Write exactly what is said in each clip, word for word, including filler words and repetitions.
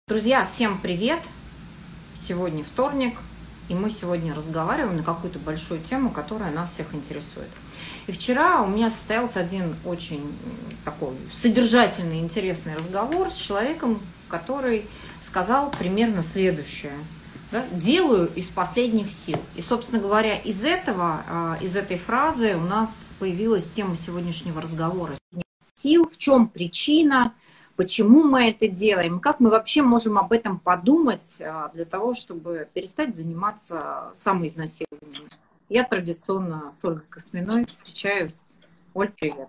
Друзья, всем привет! Сегодня вторник, и мы сегодня разговариваем на какую-то большую тему, которая нас всех интересует. И вчера у меня состоялся один очень такой содержательный, интересный разговор с человеком, который сказал примерно следующее. Да? Делаю из последних сил. И, собственно говоря, из этого, из этой фразы у нас появилась тема сегодняшнего разговора. Сил, в чем причина? Почему мы это делаем? Как мы вообще можем об этом подумать для того, чтобы перестать заниматься самоизнасилованием? Я традиционно с Ольгой Косминой встречаюсь. Оль, привет.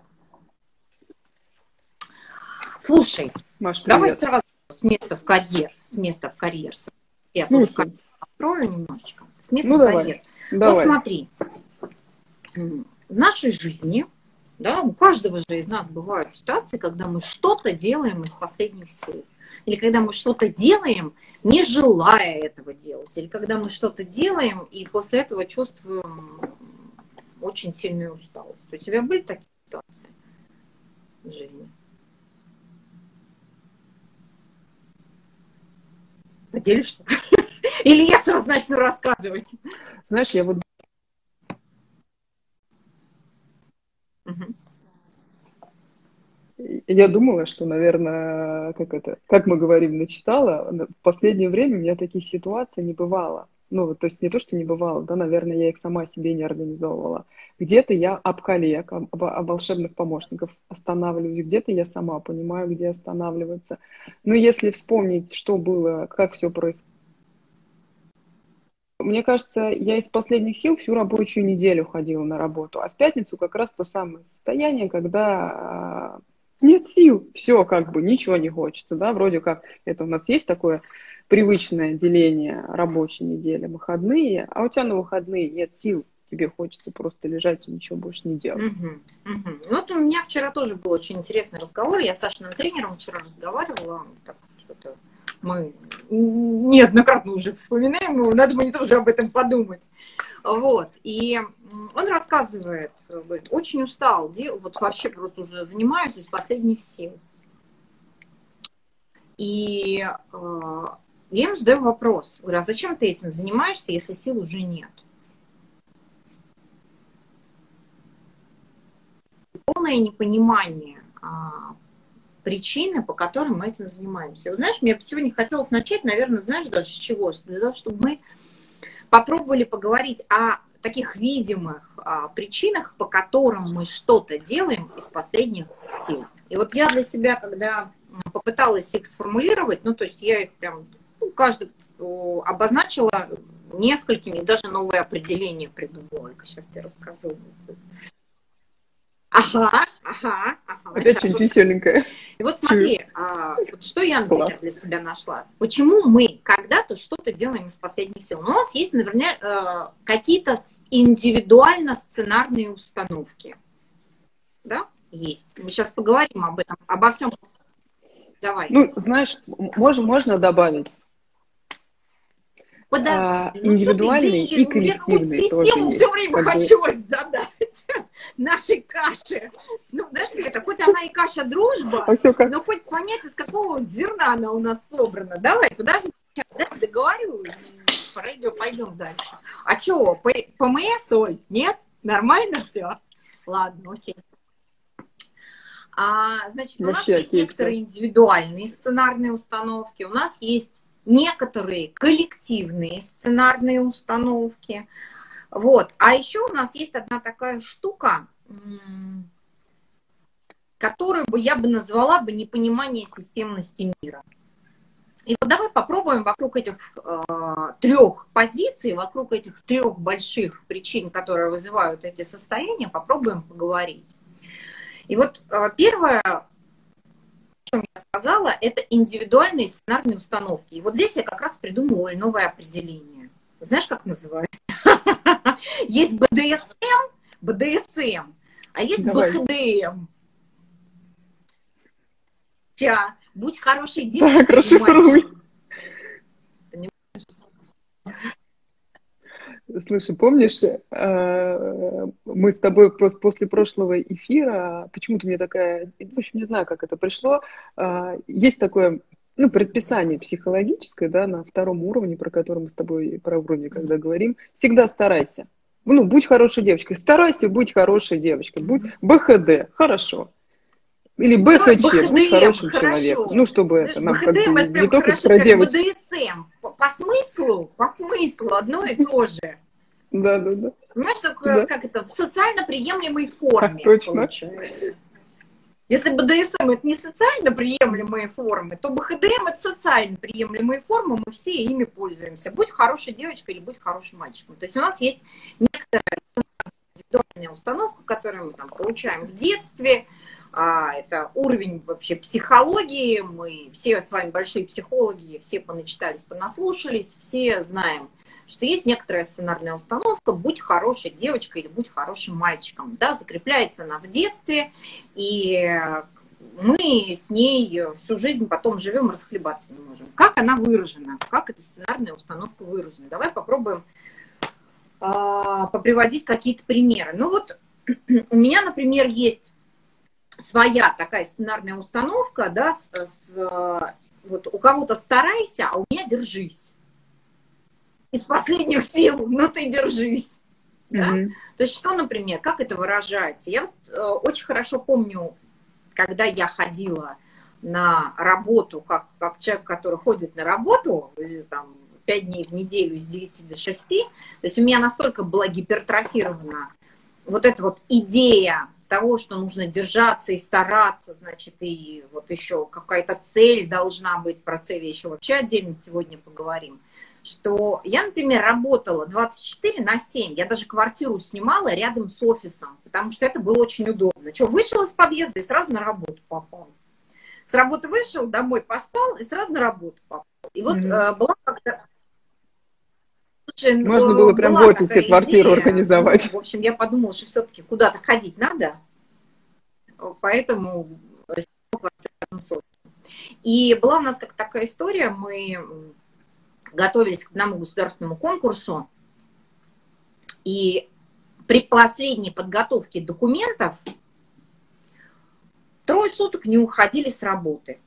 Слушай, Маш, давай сразу с места в карьер. С места в карьер. Я тоже открою немножечко. С места ну, в давай, карьер. Давай. Вот смотри, в нашей жизни... Да, у каждого же из нас бывают ситуации, когда мы что-то делаем из последних сил. Или когда мы что-то делаем, не желая этого делать. Или когда мы что-то делаем, и после этого чувствуем очень сильную усталость. У тебя были такие ситуации в жизни? Поделишься? Или я сразу начну рассказывать? Знаешь, я вот... Я думала, что, наверное, как это, как мы говорим, начитала, в последнее время у меня таких ситуаций не бывало. Ну, то есть не то, что не бывало, да, наверное, я их сама себе не организовывала. Где-то я об коллег, об, об волшебных помощников останавливаюсь, где-то я сама понимаю, где останавливаться. Но если вспомнить, что было, как все происходило, мне кажется, я из последних сил всю рабочую неделю ходила на работу, а в пятницу как раз то самое состояние, когда нет сил, все как бы, ничего не хочется, да, вроде как это у нас есть такое привычное деление рабочей недели, выходные, а у тебя на выходные нет сил, тебе хочется просто лежать и ничего больше не делать. Угу, угу. Вот у меня вчера тоже был очень интересный разговор, я с Сашиным тренером вчера разговаривала, так что-то мы неоднократно уже вспоминаем его, надо мне тоже об этом подумать. Вот. И он рассказывает, говорит, очень устал, вот вообще просто уже занимаюсь из последних сил. И э, я ему задаю вопрос, говорю, а зачем ты этим занимаешься, если сил уже нет? Полное непонимание а, причины, по которым мы этим занимаемся. Вот знаешь, мне сегодня хотелось начать, наверное, знаешь, даже с чего? Для того, чтобы мы попробовали поговорить о таких видимых а, причинах, по которым мы что-то делаем из последних сил. И вот я для себя, когда попыталась их сформулировать, ну, то есть я их прям, ну, каждый обозначила несколькими, даже новое определение придумала. Сейчас тебе расскажу. Ага, ага, ага. Опять что-нибудь веселенькое. И вот смотри, а, вот что я, например, для себя нашла. Почему мы когда-то что-то делаем из последних сил? Ну, у нас есть, например, э, какие-то индивидуально сценарные установки. Да? Есть. Мы сейчас поговорим об этом, обо всем. Давай. Ну, знаешь, можно, можно добавить. Подожди, а, ну индивидуальный что ты, и коллективный мне систему все время как хотелось бы задать нашей каше. Ну, знаешь, это хоть она и каша дружба, а как... но хоть понять, из какого зерна она у нас собрана. Давай, подожди, да, договорю, пойдем, пойдем дальше. А что, ПМС, Оль? Нет? Нормально все? Ладно, окей. А, значит, у нас Вообще, есть некоторые индивидуальные сценарные установки, у нас есть некоторые коллективные сценарные установки. Вот. А еще у нас есть одна такая штука, которую бы я бы назвала бы непонимание системности мира. И вот давай попробуем вокруг этих э, трех позиций, вокруг этих трех больших причин, которые вызывают эти состояния, попробуем поговорить. И вот э, первое, о чем я сказала, это индивидуальные сценарные установки. И вот здесь я как раз придумала новое определение. Знаешь, как называется? Есть БДСМ, БДСМ, а есть БХДМ. Ча, будь хорошей девочкой. Так, расшифруй. Слушай, помнишь, мы с тобой после прошлого эфира, почему-то мне такая, в общем, не знаю, как это пришло, есть такое ну, предписание психологическое, да, на втором уровне, про который мы с тобой, про уровни, когда говорим, всегда старайся. Ну, будь хорошей девочкой, старайся быть хорошей девочкой, будь бэ ха дэ, хорошо. Или Давай бэ ха че, будь бэ ха дэ эм, хорошим человеком. хорошо. Ну, чтобы это Знаешь, нам как бы бэ ха дэ эм это не прям только хорошо, про как девочек. бэ дэ эс эм. По, по смыслу, по смыслу одно и то же. Да, да, да. Понимаешь, так, Да. как это, в социально приемлемой форме Точно. получается. Если бэ дэ эс эм это не социально приемлемые формы, то бэ ха дэ эм это социально приемлемые формы, мы все ими пользуемся. Будь хорошей девочкой или будь хорошим мальчиком. То есть у нас есть некоторая индивидуальная установка, которую мы там получаем в детстве. А, это уровень вообще психологии. Мы все с вами большие психологи, все поначитались, понаслушались, все знаем, что есть некоторая сценарная установка «будь хорошей девочкой» или «будь хорошим мальчиком». Да, закрепляется она в детстве, и мы с ней всю жизнь потом живем, расхлебаться не можем. Как она выражена? Как эта сценарная установка выражена? Давай попробуем а, поприводить какие-то примеры. Ну вот у меня, например, есть своя такая сценарная установка, да, с, с, вот у кого-то старайся, а у меня держись. Из последних сил, но ты держись. Да? Мгм. То есть что, например, как это выражается? Я вот, э, очень хорошо помню, когда я ходила на работу, как, как человек, который ходит на работу, там, пять дней в неделю с девяти до шести, то есть у меня настолько была гипертрофирована вот эта вот идея того, что нужно держаться и стараться, значит, и вот еще какая-то цель должна быть, про цель еще вообще отдельно сегодня поговорим, что я, например, работала двадцать четыре на семь, я даже квартиру снимала рядом с офисом, потому что это было очень удобно. Что, вышел из подъезда и сразу на работу попал. С работы вышел, домой поспал и сразу на работу попал. И вот Мгм. э, была как-то... Слушай, Можно э, было прям в была офисе такая квартиру идея, ну, организовать. в общем, я подумала, что все-таки куда-то ходить надо, поэтому сняла квартиру рядом с офисом. И была у нас как такая история, мы готовились к одному государственному конкурсу, и при последней подготовке документов трое суток не уходили с работы.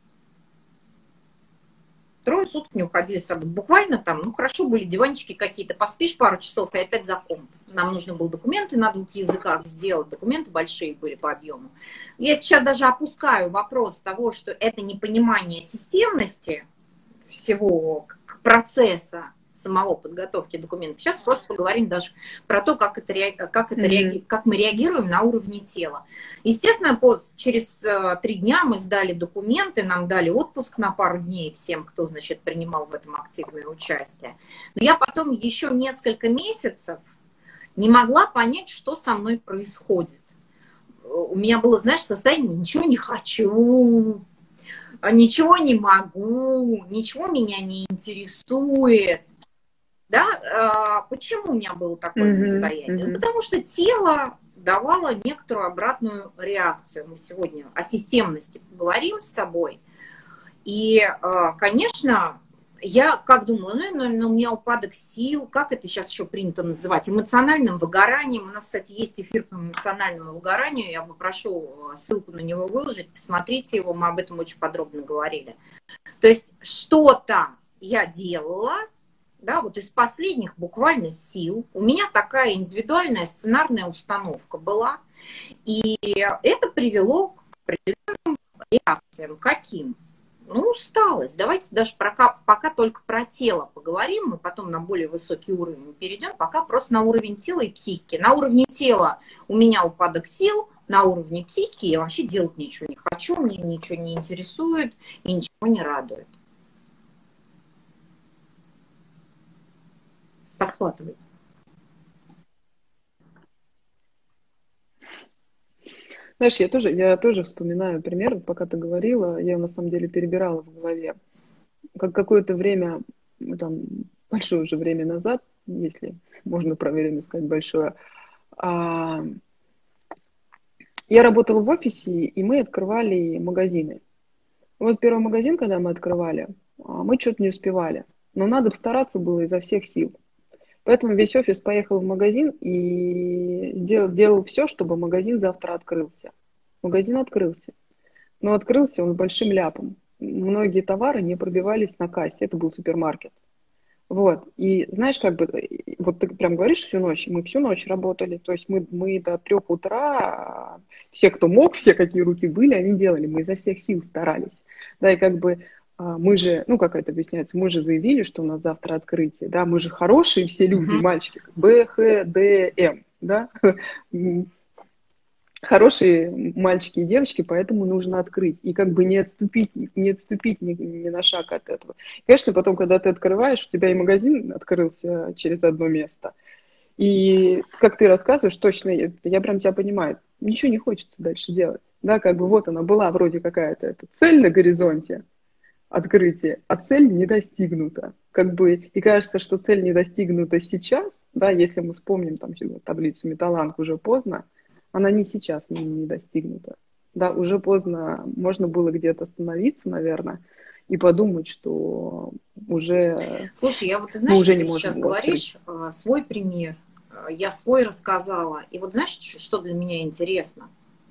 Трое суток не уходили с работы. Буквально там, ну хорошо, были диванчики какие-то, поспишь пару часов и опять за комп. Нам нужно было документы на двух языках сделать, документы большие были по объему. Я сейчас даже опускаю вопрос того, что это непонимание системности всего процесса самого подготовки документов. Сейчас просто поговорим даже про то, как, это, как, это реаги, как мы реагируем на уровне тела. Естественно, по, через э, три дня мы сдали документы, нам дали отпуск на пару дней всем, кто, значит, принимал в этом активное участие. Но я потом еще несколько месяцев не могла понять, что со мной происходит. У меня было, знаешь, состояние «ничего не хочу», «ничего не могу», «ничего меня не интересует». Да? Почему у меня было такое состояние? Ну, потому что тело давало некоторую обратную реакцию. Мы сегодня о системности поговорим с тобой. И, конечно, я как думала, ну, наверное, у меня упадок сил, как это сейчас еще принято называть, эмоциональным выгоранием. У нас, кстати, есть эфир по эмоциональному выгоранию, я попрошу ссылку на него выложить, посмотрите его, мы об этом очень подробно говорили. То есть что-то я делала, да, вот из последних буквально сил. У меня такая индивидуальная сценарная установка была. И это привело к определенным реакциям. Каким? Ну, усталость. Давайте даже пока, пока только про тело поговорим, мы потом на более высокий уровень перейдем, пока просто на уровень тела и психики. На уровне тела у меня упадок сил, на уровне психики я вообще делать ничего не хочу, мне ничего не интересует и ничего не радует. Подхватывай. Знаешь, я тоже, я тоже вспоминаю пример, пока ты говорила, я на самом деле перебирала в голове. Как какое-то время, там, большое уже время назад, если можно про время сказать большое, а, я работала в офисе, и мы открывали магазины. Вот первый магазин, когда мы открывали, мы что-то не успевали. Но надо стараться было изо всех сил. Поэтому весь офис поехал в магазин и сделал, делал все, чтобы магазин завтра открылся. Магазин открылся. Но открылся он с большим ляпом. многие товары не пробивались на кассе, это был супермаркет. Вот, и знаешь, как бы, вот ты прям говоришь всю ночь, мы всю ночь работали, то есть мы, мы до трех утра, все, кто мог, все, какие руки были, они делали, мы изо всех сил старались, да, и как бы мы же, ну, как это объясняется, мы же заявили, что у нас завтра открытие, да, мы же хорошие все люди, Мгм. мальчики, Б, Х, Д, М, да, хорошие мальчики и девочки, поэтому нужно открыть. И как бы не отступить, не отступить ни, ни на шаг от этого. Конечно, потом, когда ты открываешь, у тебя и магазин открылся через одно место. И как ты рассказываешь, точно, я, я прям тебя понимаю, ничего не хочется дальше делать. Да, как бы вот она была вроде какая-то эта цель на горизонте открытия, а цель не достигнута. Как бы, и кажется, что цель не достигнута сейчас, да, если мы вспомним там таблицу Металланг, уже поздно, она не сейчас не, не достигнута. Да, уже поздно, можно было где-то остановиться, наверное, и подумать, что уже Слушай, я вот, ты мы знаешь, уже вот не ты сейчас можем его открыть. говоришь, э, свой пример, э, я свой рассказала. И вот знаешь, ш- что для меня интересно?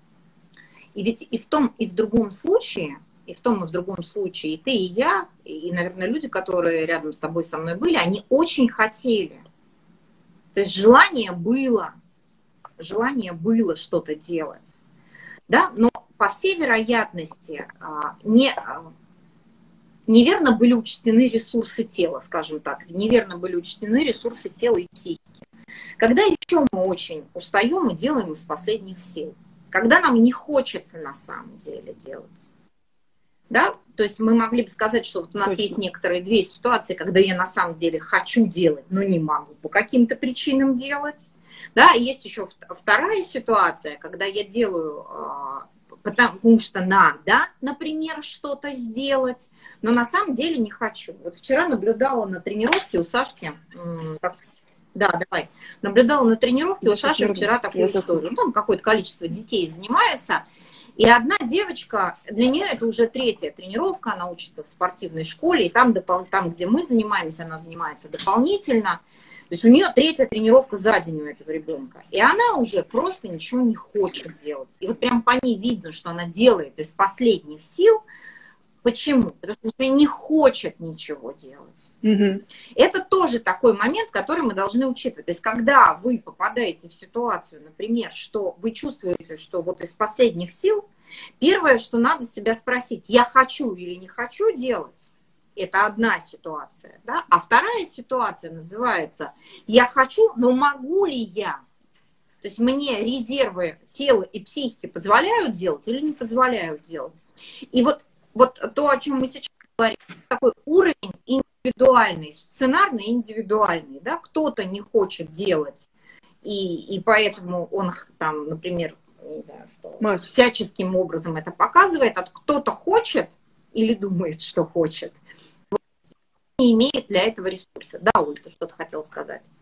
И ведь и в том, и в другом случае, и в том, и в другом случае, и ты, и я, и, наверное, люди, которые рядом с тобой со мной были, они очень хотели. То есть желание было, желание было что-то делать. Да? Но по всей вероятности а, не, а, неверно были учтены ресурсы тела, скажем так. Неверно были учтены ресурсы тела и психики. Когда еще мы очень устаем и делаем из последних сил. Когда нам не хочется на самом деле делать. Да? То есть мы могли бы сказать, что вот у нас Точно. есть некоторые две ситуации, когда я на самом деле хочу делать, но не могу по каким-то причинам делать. Да? И есть еще вторая ситуация, когда я делаю, потому что надо, например, что-то сделать, но на самом деле не хочу. Вот вчера наблюдала на тренировке у Сашки, да, давай, наблюдала на тренировке Я у Саши вернусь. вчера такую историю. Ну, там какое-то количество детей занимается. И одна девочка, для нее это уже третья тренировка, она учится в спортивной школе, и там, там, где мы занимаемся, она занимается дополнительно. То есть у нее третья тренировка за день у этого ребенка. И она уже просто ничего не хочет делать. И вот прям по ней видно, что она делает из последних сил. Почему? Потому что уже не хочет ничего делать. Угу. Это тоже такой момент, который мы должны учитывать. То есть, когда вы попадаете в ситуацию, например, что вы чувствуете, что вот из последних сил, первое, что надо себя спросить, я хочу или не хочу делать, это одна ситуация. Да? А вторая ситуация называется, я хочу, но могу ли я? То есть мне резервы тела и психики позволяют делать или не позволяют делать? И вот Вот то, о чем мы сейчас говорим, такой уровень индивидуальный, сценарный индивидуальный, да, кто-то не хочет делать, и, и поэтому он там, например, не знаю, что Маш. всяческим образом это показывает, а кто-то хочет или думает, что хочет, не имеет для этого ресурса. Да, Оль, ты что-то хотела сказать?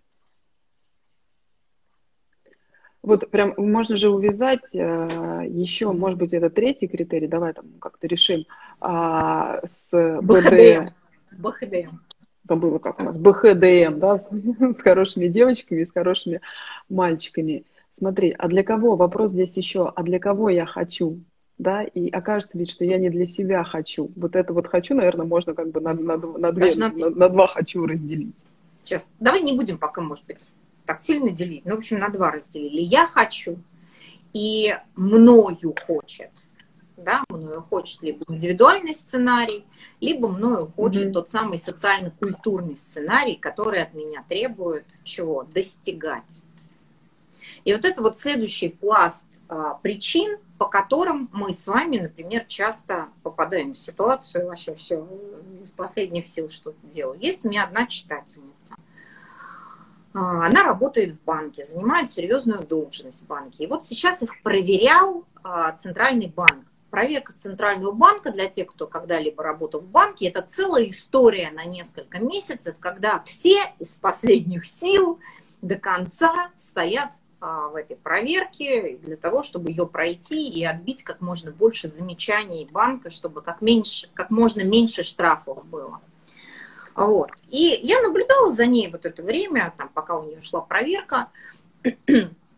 Вот прям можно же увязать э, еще, может быть, это третий критерий, давай там как-то решим, а, с БД. БХДМ. Забыла, как у нас, БХДМ, да, с хорошими девочками, с хорошими мальчиками. Смотри, а для кого, вопрос здесь еще, а для кого я хочу, да, и окажется ведь, что я не для себя хочу. Вот это вот хочу, наверное, можно как бы на, на, на, две, на, на два хочу разделить. Сейчас, давай не будем пока, может быть, так сильно делить, ну, в общем, на два разделили. Я хочу и мною хочет, да, мною хочет либо индивидуальный сценарий, либо мною хочет mm-hmm. тот самый социально-культурный сценарий, который от меня требует чего? Достигать. И вот это вот следующий пласт а, причин, по которым мы с вами, например, часто попадаем в ситуацию, вообще все из последних сил что-то делаю. Есть у меня одна читательница. Она работает в банке, занимает серьезную должность в банке. И вот сейчас их проверял Центральный банк. Проверка Центрального банка для тех, кто когда-либо работал в банке, это целая история на несколько месяцев, когда все из последних сил до конца стоят в этой проверке для того, чтобы ее пройти и отбить как можно больше замечаний банка, чтобы как, меньше, как можно меньше штрафов было. Вот. И я наблюдала за ней вот это время, там, пока у нее шла проверка.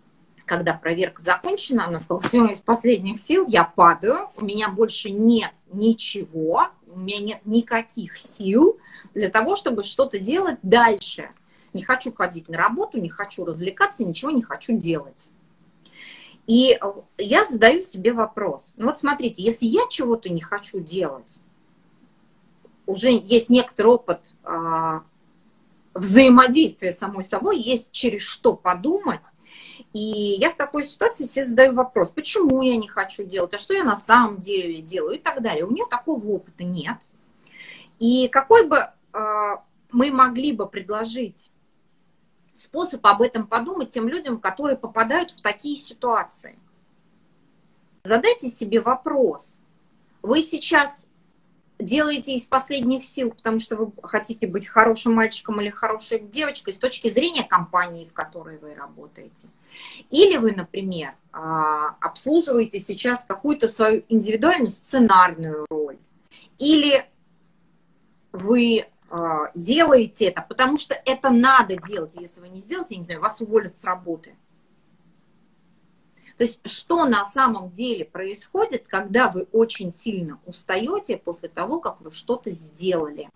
когда проверка закончена, она сказала, все, из последних сил я падаю, у меня больше нет ничего, у меня нет никаких сил для того, чтобы что-то делать дальше. Не хочу ходить на работу, не хочу развлекаться, ничего не хочу делать. И я задаю себе вопрос. Ну вот смотрите, если я чего-то не хочу делать, уже есть некоторый опыт а, взаимодействия с самой собой, есть через что подумать. И я в такой ситуации себе задаю вопрос, почему я не хочу делать, а что я на самом деле делаю и так далее. У меня такого опыта нет. И какой бы э, мы могли бы предложить способ об этом подумать тем людям, которые попадают в такие ситуации? Задайте себе вопрос. Вы сейчас делаете из последних сил, потому что вы хотите быть хорошим мальчиком или хорошей девочкой с точки зрения компании, в которой вы работаете. Или вы, например, обслуживаете сейчас какую-то свою индивидуальную сценарную роль. Или вы делаете это, потому что это надо делать. Если вы не сделаете, я не знаю, вас уволят с работы. То есть, что на самом деле происходит, когда вы очень сильно устаете после того, как вы что-то сделали?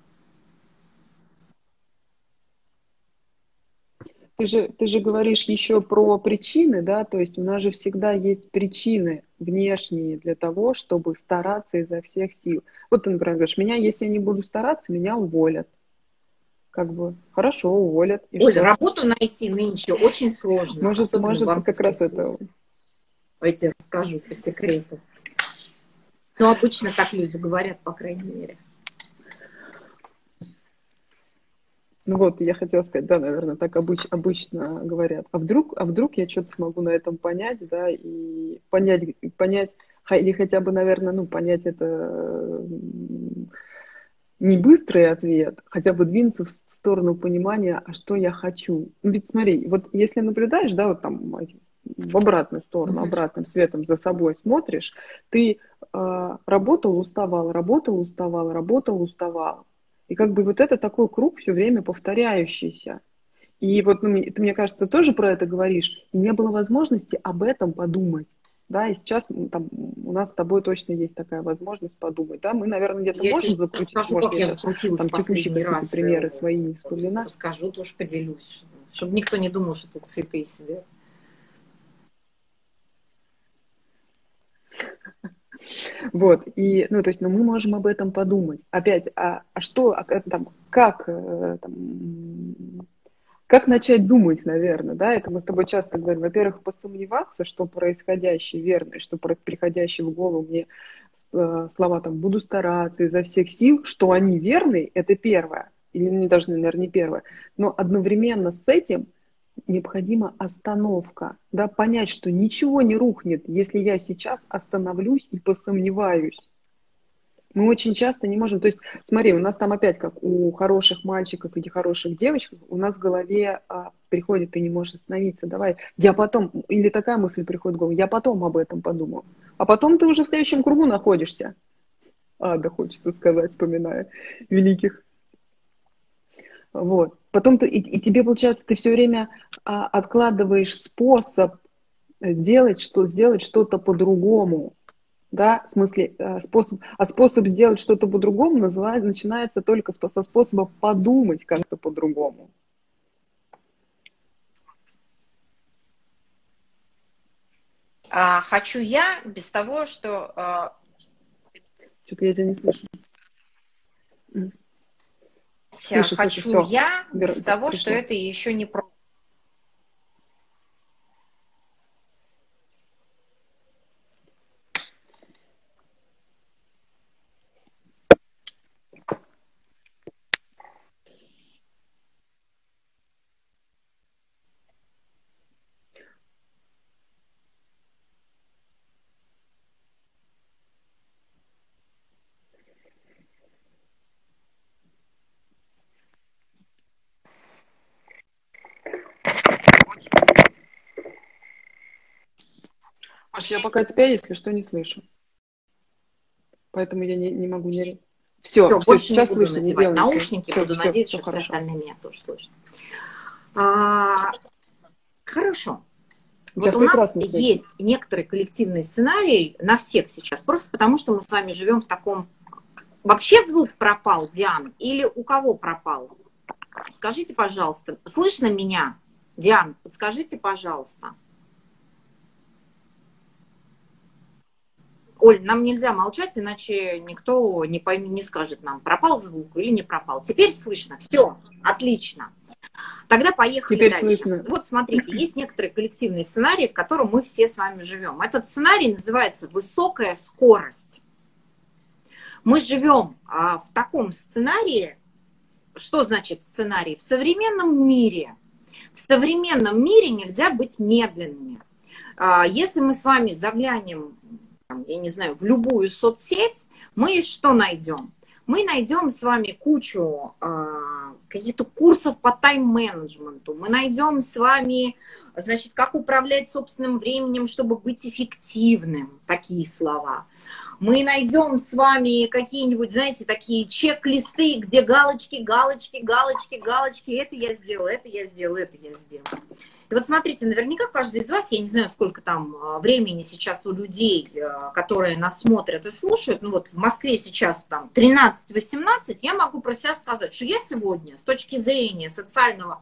Ты же, ты же говоришь еще про причины, да, то есть у нас же всегда есть причины внешние для того, чтобы стараться изо всех сил. Вот ты, например, говоришь, меня, если я не буду стараться, меня уволят. Как бы, хорошо, уволят. И Оль, что? работу найти нынче очень сложно. Может, может как раз это... Я тебе расскажу по секрету. Но обычно так люди говорят, по крайней мере. Ну вот, я хотела сказать, да, наверное, так обыч, обычно говорят. А вдруг, а вдруг я что-то смогу на этом понять, да, и понять, понять, или хотя бы, наверное, ну, понять это не быстрый ответ, хотя бы двинуться в сторону понимания, а что я хочу. Ну, ведь смотри, вот если наблюдаешь, да, вот там в обратную сторону, обратным светом за собой смотришь, ты э, работал, уставал, работал, уставал, работал, уставал. И как бы вот это такой круг все время повторяющийся. И вот ну, ты, мне кажется, ты тоже про это говоришь. И не было возможности об этом подумать. Да, и сейчас там, у нас с тобой точно есть такая возможность подумать. Да, мы, наверное, где-то я можем закрутить. Расскажу, может, как я я сейчас там текущие какие-то раз примеры свои не вспоминаю. Расскажу, тоже поделюсь. Чтобы никто не думал, что тут святые сидят. Вот, и, ну, то есть, ну, мы можем об этом подумать. Опять, а, а что, а, там, как, там, как начать думать, наверное, да, это мы с тобой часто говорим, во-первых, посомневаться, что происходящее верно, и что приходящее в голову мне слова там «буду стараться изо всех сил», что они верны, это первое, или не даже, наверное, не первое, но одновременно с этим необходима остановка, да, понять, что ничего не рухнет, если я сейчас остановлюсь и посомневаюсь. Мы очень часто не можем, то есть, смотри, у нас там опять, как у хороших мальчиков или хороших девочек, у нас в голове а, приходит, ты не можешь остановиться, давай, я потом, или такая мысль приходит в голову, я потом об этом подумаю. А потом ты уже в следующем кругу находишься. А, да, хочется сказать, вспоминая великих. Вот. Потом ты, и, и тебе, получается, ты все время а, откладываешь способ делать, что, сделать что-то по-другому. Да, в смысле, способ, а способ сделать что-то по-другому называет, начинается только со способа подумать как-то по-другому. А, хочу я без того, что... А... Что-то я тебя не слышу. Слышу, хочу слышу, я Вер... без того, пришло. Что это еще не про... Маш, я пока тебя, если что, не слышу. Поэтому я не, не могу не... Все, все, все больше сейчас не буду слышно, надевать не наушники, все, буду все, надеяться, все что все хорошо. остальные меня тоже слышат. А, хорошо. Вот у нас есть некоторый коллективный сценарий на всех сейчас, просто потому что мы с вами живем в таком... Вообще звук пропал, Диан, или у кого пропал? Скажите, пожалуйста, слышно меня? Диан, подскажите, пожалуйста. Оль, нам нельзя молчать, иначе никто не поймет, не скажет нам, пропал звук или не пропал. Теперь слышно. Все, отлично. Тогда поехали Теперь дальше. Слышно. Вот смотрите, есть некоторые коллективные сценарии, в котором мы все с вами живем. Этот сценарий называется «Высокая скорость». Мы живем а, в таком сценарии. Что значит сценарий? В современном мире. В современном мире нельзя быть медленными. А, если мы с вами заглянем, я не знаю, в любую соцсеть, мы что найдем? Мы найдем с вами кучу э, каких-то курсов по тайм-менеджменту, мы найдем с вами, значит, как управлять собственным временем, чтобы быть эффективным, такие слова. Мы найдем с вами какие-нибудь, знаете, такие чек-листы, где галочки, галочки, галочки, галочки, это я сделала, это я сделала, это я сделала. И вот смотрите, наверняка каждый из вас, я не знаю, сколько там времени сейчас у людей, которые нас смотрят и слушают, ну вот в Москве сейчас там тринадцать-восемнадцать, я могу про себя сказать, что я сегодня с точки зрения социального,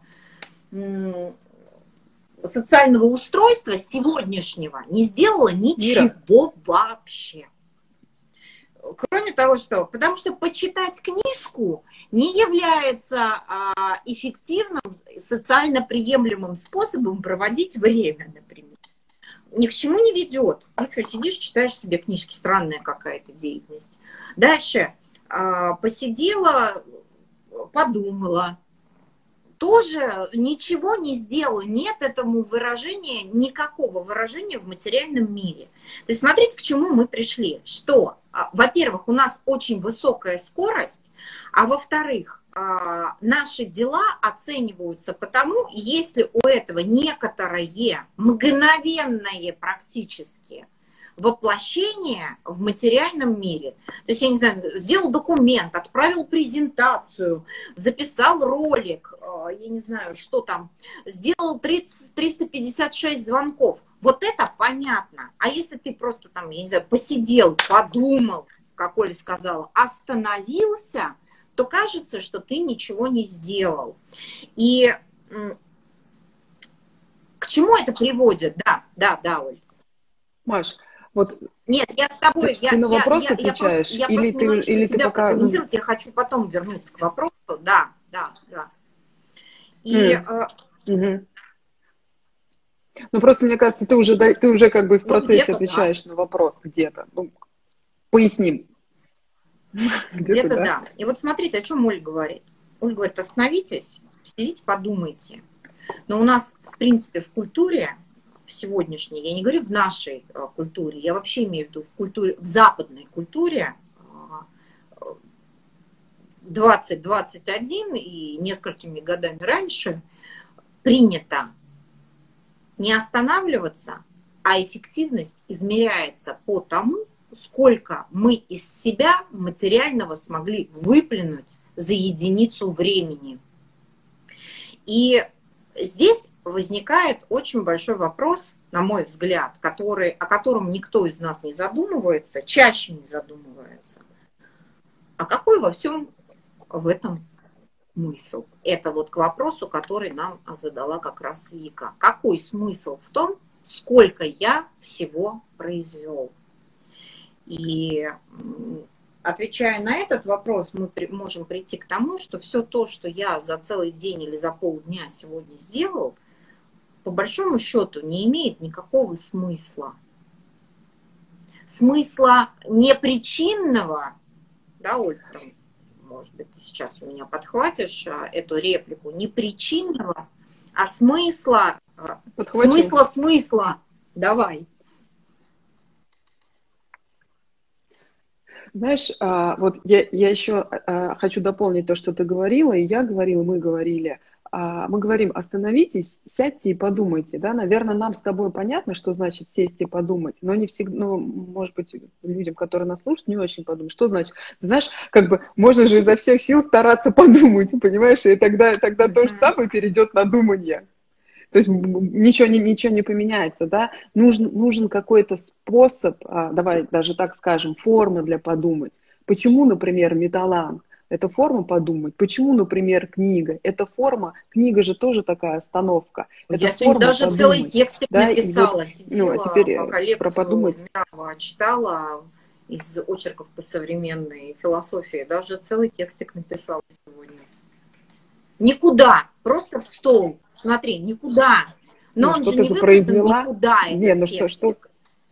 социального устройства сегодняшнего не сделала ничего Мира. Вообще. Кроме того, что, потому что почитать книжку не является а, эффективным, социально приемлемым способом проводить время, например. Ни к чему не ведет. Ну что, сидишь, читаешь себе книжки, странная какая-то деятельность. Дальше а, посидела, подумала. Тоже ничего не сделала, нет этому выражения, никакого выражения в материальном мире. То есть смотрите, к чему мы пришли. Что, во-первых, у нас очень высокая скорость, а во-вторых, наши дела оцениваются потому, если у этого некоторое мгновенное практически воплощение в материальном мире. То есть, я не знаю, сделал документ, отправил презентацию, записал ролик, я не знаю, что там, сделал тридцать, триста пятьдесят шесть звонков. Вот это понятно. А если ты просто там, я не знаю, посидел, подумал, как Оля сказала, остановился, то кажется, что ты ничего не сделал. И к чему это приводит? Да, да, да, Оль. Маш, вот нет, я с тобой, ты, я, ты на вопрос я, отвечаешь, я, я или ты, или ты пока... прокомментировать, я хочу потом вернуться к вопросу, да, да, да. И... Mm. Mm-hmm. Ну, просто, мне кажется, ты уже, ты уже как бы в процессе ну, отвечаешь да. на вопрос где-то. Ну, поясним. Где-то, где-то да. да. И вот смотрите, о чем Оля говорит. Оля говорит, остановитесь, сидите, подумайте. Но у нас, в принципе, в культуре, в сегодняшней, я не говорю в нашей а, культуре, я вообще имею в виду в культуре, в западной культуре двадцать двадцать один и несколькими годами раньше принято не останавливаться, а эффективность измеряется по тому, сколько мы из себя материального смогли выплюнуть за единицу времени. И здесь возникает очень большой вопрос, на мой взгляд, который, о котором никто из нас не задумывается, чаще не задумывается. А какой во всем в этом смысл? Это вот к вопросу, который нам задала как раз Вика. Какой смысл в том, сколько я всего произвел? И отвечая на этот вопрос, мы можем прийти к тому, что все то, что я за целый день или за полдня сегодня сделал, по большому счету не имеет никакого смысла. Смысла не причинного, да, Оль, там, может быть, ты сейчас у меня подхватишь эту реплику, не причинного, а смысла, Подхвачу. смысла, смысла. Давай. Знаешь, вот я, я еще хочу дополнить то, что ты говорила, и я говорила, мы говорили. Мы говорим, остановитесь, сядьте и подумайте. Да? Наверное, нам с тобой понятно, что значит сесть и подумать, но не всегда, ну, может быть, людям, которые нас слушают, не очень подумают. Что значит? Ты знаешь, как бы можно же изо всех сил стараться подумать, понимаешь, и тогда, тогда то же самое перейдет на думание. То есть ничего не, ничего не поменяется, да? Нужен, нужен какой-то способ, а, давай даже так скажем, форма для подумать. Почему, например, металланг? Это форма подумать. Почему, например, книга? Это форма, книга же тоже такая остановка. Это Я сегодня форма даже целый подумать. текстик Да? И вот, написала, ну, а сидела, теперь э, пока про лекцию подумать. Мирова читала из очерков по современной философии. Даже целый текстик написала сегодня. Никуда, просто в стол. Смотри, никуда. Но Ну, он что же ты не же выложен произвела? никуда, Не, этот ну что, что? текстик.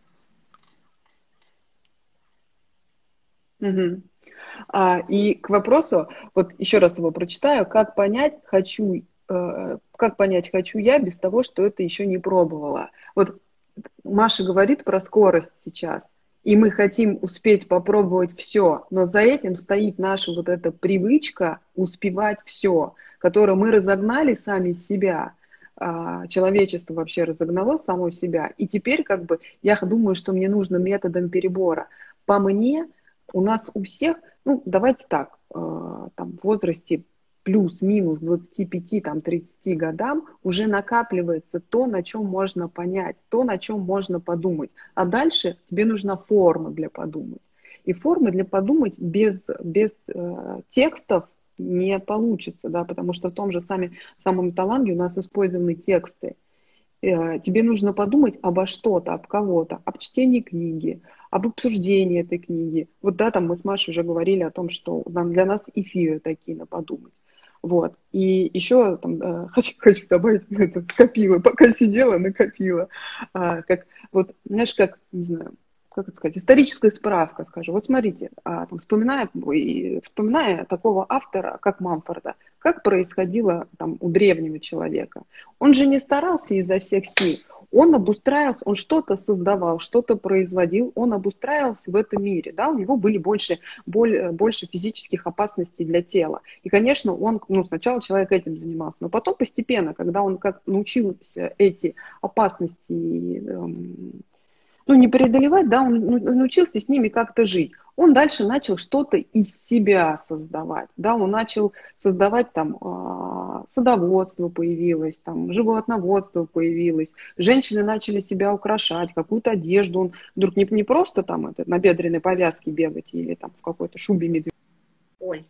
Мгм. А, и к вопросу, вот еще раз его прочитаю, как понять хочу, э, как понять хочу я без того, что это еще не пробовала. Вот Маша говорит про скорость сейчас, и мы хотим успеть попробовать все, но за этим стоит наша вот эта привычка успевать все, которую мы разогнали сами себя. А, человечество вообще разогнало само себя, и теперь как бы я думаю, что мне нужно методом перебора. По мне, у нас у всех, ну, давайте так, э, там, в возрасте плюс-минус двадцати пяти, там, тридцати годам уже накапливается то, на чем можно понять, то, на чем можно подумать. А дальше тебе нужна форма для подумать. И формы для подумать без, без э, текстов не получится, да, потому что в том же сами, самом таланге у нас использованы тексты. Тебе нужно подумать обо что-то, об кого-то, об чтении книги, об обсуждении этой книги. Вот да, там мы с Машей уже говорили о том, что нам, для нас эфиры такие на подумать. Вот. И еще там, э, хочу, хочу добавить, это, скопила, пока сидела, накопила. А, как, вот, знаешь, как, не знаю, как это сказать, историческая справка, скажем. Вот смотрите, а, там, вспоминая, и, вспоминая такого автора, как Мамфорда, как происходило там, у древнего человека. Он же не старался изо всех сил. Он обустраивался, он что-то создавал, что-то производил, он обустраивался в этом мире. Да? У него были больше, более, больше физических опасностей для тела. И, конечно, он, ну, сначала человек этим занимался, но потом постепенно, когда он как научился эти опасности эм, ну, не преодолевать, да, он научился с ними как-то жить. Он дальше начал что-то из себя создавать, да, он начал создавать там а, садоводство появилось, там животноводство появилось, женщины начали себя украшать, какую-то одежду, он вдруг не, не просто там это, на бедренной повязке бегать или там в какой-то шубе медведя. Оль.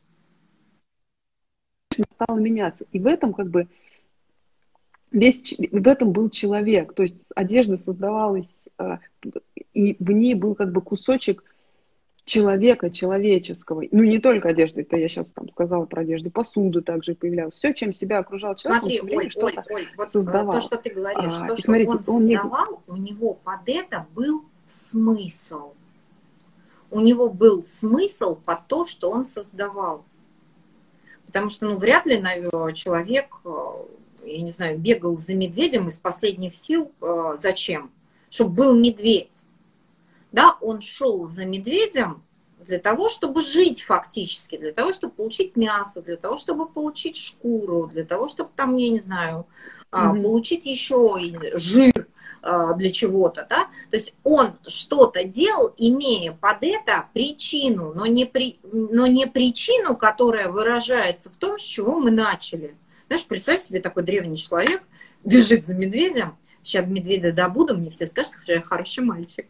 Стало меняться. И в этом как бы весь, в этом был человек, то есть одежда создавалась, и в ней был как бы кусочек человека, человеческого. Ну, не только одежда, это я сейчас там сказала про одежду, посуду также появлялась. Все, чем себя окружал человек, Смотри, он все время Оль, что-то Оль, Оль, вот создавал. то, что ты говоришь, А, то, и что смотрите, он он не... создавал, у него под это был смысл. У него был смысл под то, что он создавал. Потому что, ну, вряд ли, наверное, человек, я не знаю, бегал за медведем из последних сил. Зачем? Чтобы был медведь. Да, он шел за медведем для того, чтобы жить фактически, для того, чтобы получить мясо, для того, чтобы получить шкуру, для того, чтобы там, я не знаю, mm-hmm. получить еще жир для чего-то, да. То есть он что-то делал, имея под это причину, но не, при, но не причину, которая выражается в том, с чего мы начали. Знаешь, представь себе, такой древний человек бежит за медведем, сейчас медведя добуду, мне все скажут, что я хороший мальчик.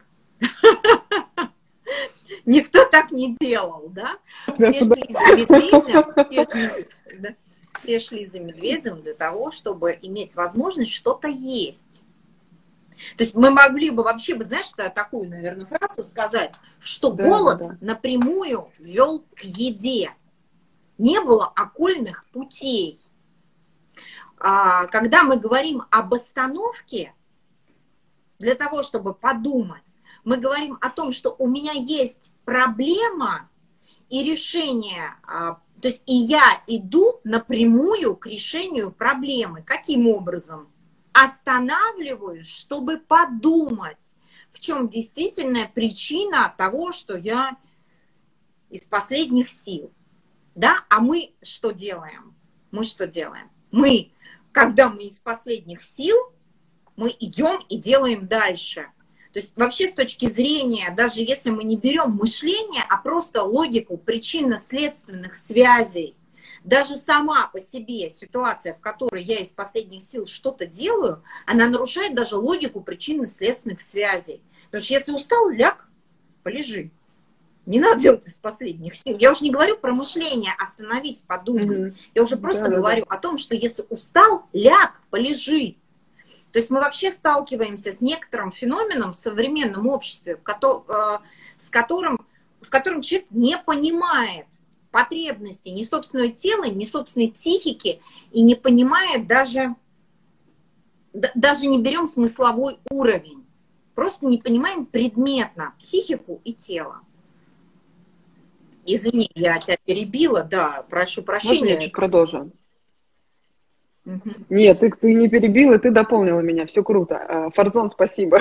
Никто так не делал, да? Все шли за медведем, все шли, да? Все шли за медведем для того, чтобы иметь возможность что-то есть. То есть мы могли бы вообще, бы, знаешь, такую, наверное, фразу сказать, что да, голод да, да. напрямую вел к еде. Не было окольных путей. А, когда мы говорим об остановке, для того, чтобы подумать, мы говорим о том, что у меня есть проблема и решение, то есть и я иду напрямую к решению проблемы. Каким образом? Останавливаюсь, чтобы подумать, в чем действительная причина того, что я из последних сил. Да? А мы что делаем? Мы что делаем? Мы, когда мы из последних сил, мы идем и делаем дальше. То есть вообще с точки зрения, даже если мы не берем мышление, а просто логику причинно-следственных связей, Даже сама по себе ситуация, в которой я из последних сил что-то делаю, она нарушает даже логику причинно-следственных связей. Потому что если устал, ляг, полежи. Не надо делать из последних сил. Я уже не говорю про мышление, остановись, подумай. Угу. Я уже просто да, говорю да, да. о том, что если устал, ляг, полежи. То есть мы вообще сталкиваемся с некоторым феноменом в современном обществе, в котором, с которым, в котором человек не понимает потребностей ни собственного тела, ни собственной психики, и не понимает даже, даже не берем смысловой уровень. Просто не понимаем предметно психику и тело. Извини, я тебя перебила, да, прошу прощения. Можно я чуть продолжу? Угу. Нет, ты, ты не перебила, ты дополнила меня, все круто. Фарзон, спасибо.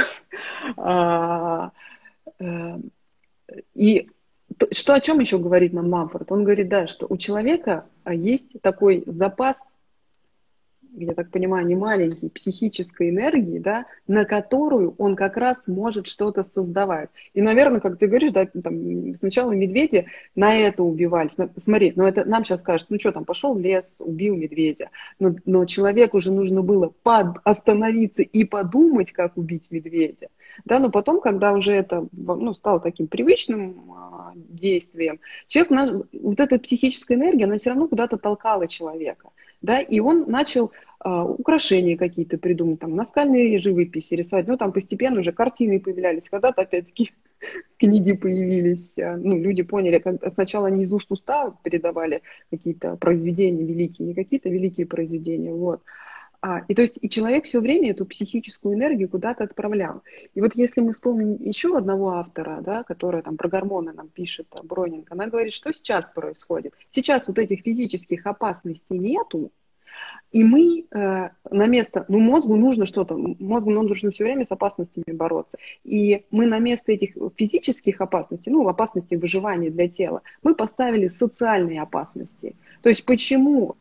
И что, о чем еще говорит нам Мамфорд? Он говорит, да, что у человека есть такой запас, я так понимаю, не маленький, психической энергии, да, на которую он как раз может что-то создавать. И, наверное, как ты говоришь, да, там, сначала медведи на это убивались. Смотри, ну это нам сейчас скажут, ну что там, пошел в лес, убил медведя. Но, но человеку уже нужно было под, остановиться и подумать, как убить медведя. Да, но потом, когда уже это ну, стало таким привычным а, действием, человек, наш, вот эта психическая энергия, она все равно куда-то толкала человека. Да, и он начал а, украшения какие-то придумать, там, наскальные живописи рисовать, ну, там постепенно уже картины появлялись, когда-то, опять-таки, книги появились, ну, люди поняли, как сначала они из уст в уста передавали какие-то произведения великие, не какие-то великие произведения, вот. А, и то есть и человек все время эту психическую энергию куда-то отправлял. И вот если мы вспомним еще одного автора, да, которая там про гормоны нам пишет, Бронинг, она говорит, что сейчас происходит. Сейчас вот этих физических опасностей нету, и мы э, на место, ну мозгу нужно что-то, мозгу нужно все время с опасностями бороться. И мы на место этих физических опасностей, ну опасностей выживания для тела, мы поставили социальные опасности. То есть почему...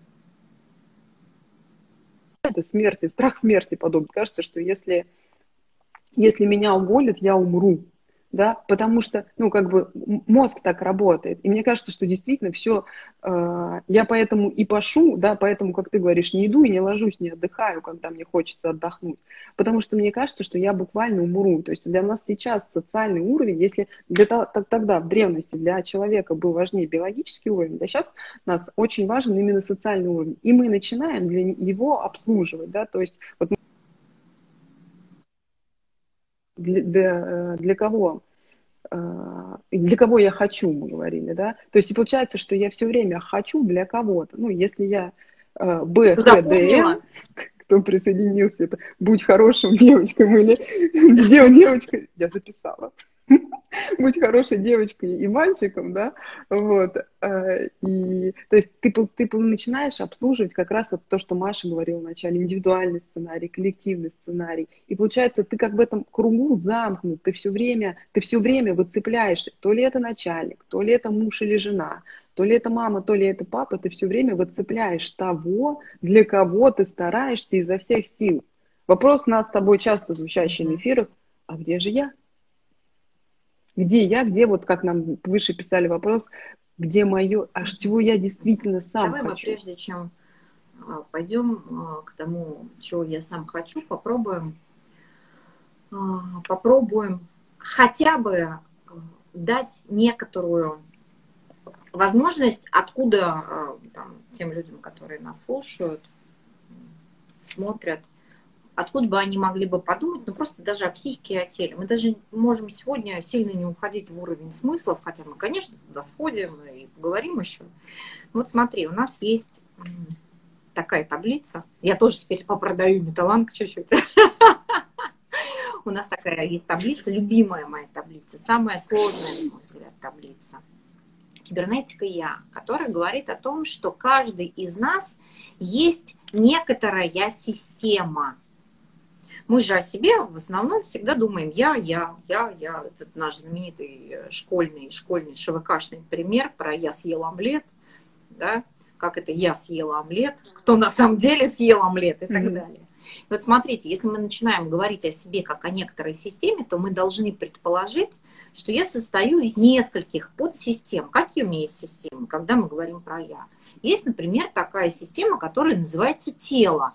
это смерти, страх смерти подобный. Кажется, что если, если меня уволят, я умру. Да? Потому что, ну, как бы мозг так работает. И мне кажется, что действительно все, э, я поэтому и пашу, да, поэтому, как ты говоришь, не иду и не ложусь, не отдыхаю, когда мне хочется отдохнуть. Потому что мне кажется, что я буквально умру. То есть для нас сейчас социальный уровень, если для, тогда в древности для человека был важнее биологический уровень, да сейчас нас очень важен именно социальный уровень. И мы начинаем для его обслуживать, да, то есть вот Для, для, для кого? Для кого я хочу, мы говорили, да? То есть и получается, что я все время хочу для кого-то. Ну, если я Б, Х, Д, Н, кто присоединился, это будь хорошим девочкой или девочкой, я записала. Будь хорошей девочкой и мальчиком, да, вот, и, то есть ты, ты начинаешь обслуживать как раз вот то, что Маша говорила вначале, индивидуальный сценарий, коллективный сценарий, и получается, ты как в этом кругу замкнут, ты все время, ты все время выцепляешь, то ли это начальник, то ли это муж или жена, то ли это мама, то ли это папа, ты все время выцепляешь того, для кого ты стараешься изо всех сил. Вопрос у нас с тобой часто звучащий на эфирах, а где же я? Где я, где, вот как нам выше писали вопрос, где мое, а чего я действительно сам Давай хочу. Мы, прежде чем пойдем к тому, чего я сам хочу, попробуем, попробуем хотя бы дать некоторую возможность, откуда там, тем людям, которые нас слушают, смотрят, откуда бы они могли бы подумать, ну просто даже о психике и о теле. Мы даже можем сегодня сильно не уходить в уровень смыслов, хотя мы, конечно, туда сходим и поговорим еще. Вот смотри, у нас есть такая таблица. Я тоже теперь попродаю металланг чуть-чуть. У нас такая есть таблица, любимая моя таблица, самая сложная, на мой взгляд, таблица. Кибернетика Я, которая говорит о том, что каждый из нас есть некоторая система. Мы же о себе в основном всегда думаем я, я, я, я. Это наш знаменитый школьный, школьный ШВКшный пример про я съел омлет, да, как это я съела омлет, кто на самом деле съел омлет и так mm-hmm. далее. И вот смотрите, если мы начинаем говорить о себе как о некоторой системе, то мы должны предположить, что я состою из нескольких подсистем. Какие у меня есть системы, когда мы говорим про я? Есть, например, такая система, которая называется тело.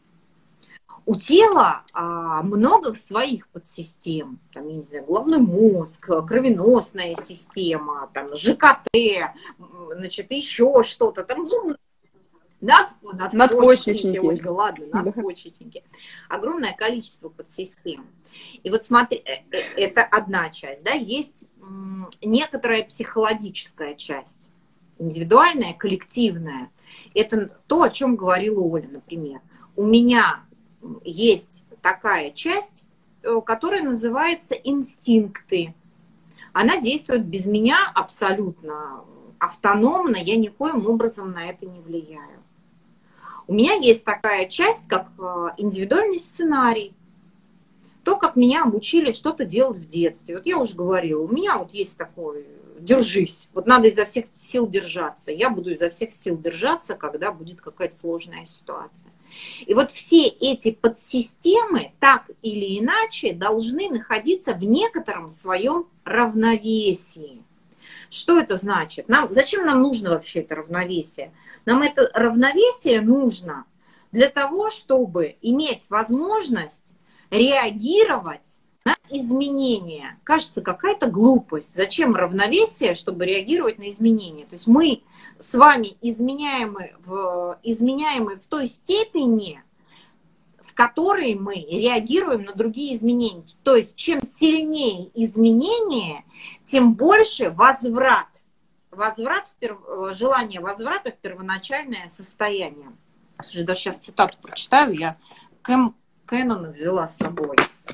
У тела а, много своих подсистем, там, я не знаю, головной мозг, кровеносная система, там, ЖКТ, значит, еще что-то, там, ну, над, надпочечники, Надпочечники. Ольга, ладно, надпочечники. Да. Огромное количество подсистем. И вот смотри, это одна часть, да, есть некоторая психологическая часть, индивидуальная, коллективная. Это то, о чем говорила Оля, например. У меня есть такая часть, которая называется инстинкты. Она действует без меня абсолютно автономно, я никоим образом на это не влияю. У меня есть такая часть, как индивидуальный сценарий. То, как меня обучили что-то делать в детстве. Вот я уже говорила, у меня вот есть такой, держись, вот надо изо всех сил держаться. Я буду изо всех сил держаться, когда будет какая-то сложная ситуация. И вот все эти подсистемы так или иначе должны находиться в некотором своем равновесии. Что это значит? Нам, зачем нам нужно вообще это равновесие? Нам это равновесие нужно для того, чтобы иметь возможность реагировать на изменения. Кажется, какая-то глупость. Зачем равновесие, чтобы реагировать на изменения? То есть мы с вами изменяемы в, изменяемы в той степени, в которой мы реагируем на другие изменения. То есть чем сильнее изменение, тем больше возврат. Возврат в перв... Желание возврата в первоначальное состояние. Слушай, даже сейчас цитату прочитаю. Я Кэм Кэннона взяла с собой.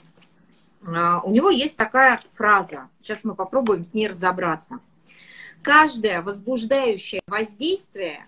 Uh, у него есть такая фраза. Сейчас мы попробуем с ней разобраться. Каждое возбуждающее воздействие,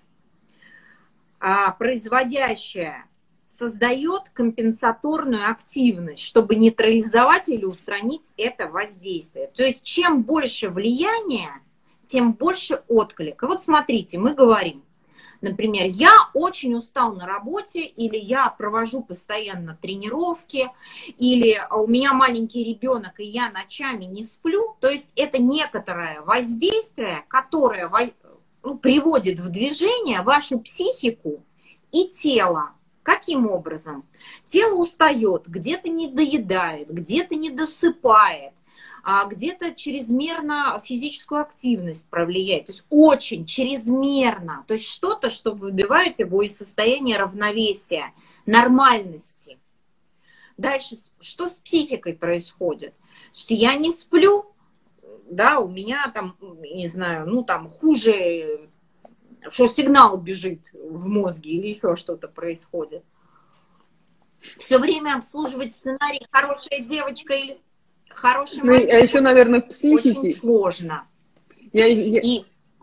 uh, производящее, создает компенсаторную активность, чтобы нейтрализовать или устранить это воздействие. То есть чем больше влияния, тем больше отклик. И вот смотрите, мы говорим, например, я очень устал на работе, или я провожу постоянно тренировки, или у меня маленький ребенок, и я ночами не сплю. То есть это некоторое воздействие, которое воз... ну, приводит в движение вашу психику и тело. Каким образом? Тело устает, где-то не доедает, где-то не досыпает, где-то чрезмерно физическую активность повлияет, то есть очень чрезмерно, то есть что-то, что выбивает его из состояния равновесия, нормальности. Дальше, что с психикой происходит? Что я не сплю, да, у меня там, не знаю, ну там хуже, что сигнал бежит в мозге или еще что-то происходит. Все время обслуживать сценарий «хорошая девочка» или «хороший ну, мальчик». А еще, наверное, в психике. Очень сложно. Я, я... И...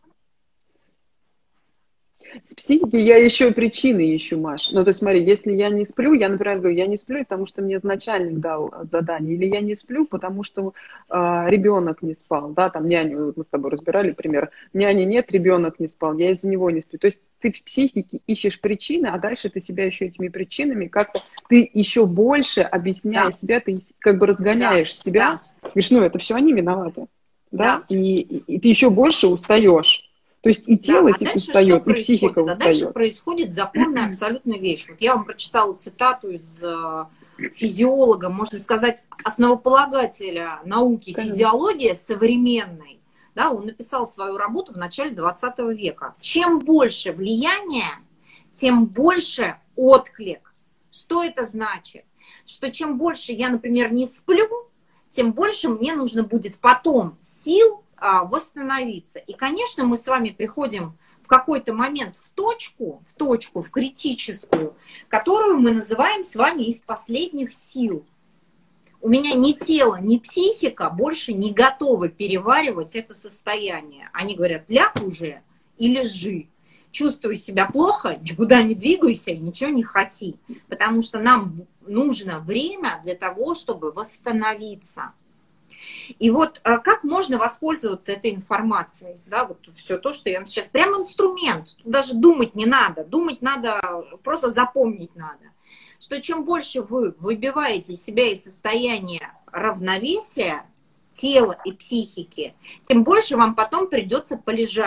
С психики я еще причины ищу, Маш. Ну, то есть, смотри, если я не сплю, я, например, говорю, я не сплю, потому что мне начальник дал задание, или я не сплю, потому что э, ребенок не спал, да, там няня, вот мы с тобой разбирали пример, няни нет, ребенок не спал, я из-за него не сплю. То есть ты в психике ищешь причины, а дальше ты себя еще этими причинами как-то, ты еще больше, объясняя да. себя, ты как бы разгоняешь да. себя, да. говоришь, ну, это все они виноваты, да, да. И, и, и ты еще больше устаешь. То есть и тело да, а устает, и психика устает. А дальше происходит законная абсолютная вещь. Вот я вам прочитала цитату из физиолога, можно сказать, основополагателя науки Конечно. Физиология современной. Да, он написал свою работу в начале двадцатого века. Чем больше влияния, тем больше отклик. Что это значит? Что чем больше я, например, не сплю, тем больше мне нужно будет потом сил восстановиться. И, конечно, мы с вами приходим в какой-то момент в точку, в точку, в критическую, которую мы называем с вами из последних сил. У меня ни тело, ни психика больше не готовы переваривать это состояние. Они говорят, ляг уже и лежи. Чувствуй себя плохо, никуда не двигайся и ничего не хоти. Потому что нам нужно время для того, чтобы восстановиться. И вот как можно воспользоваться этой информацией, да, вот все то, что я вам сейчас, прям инструмент, тут даже думать не надо, думать надо, просто запомнить надо, что чем больше вы выбиваете себя из состояния равновесия тела и психики, тем больше вам потом придется полежать.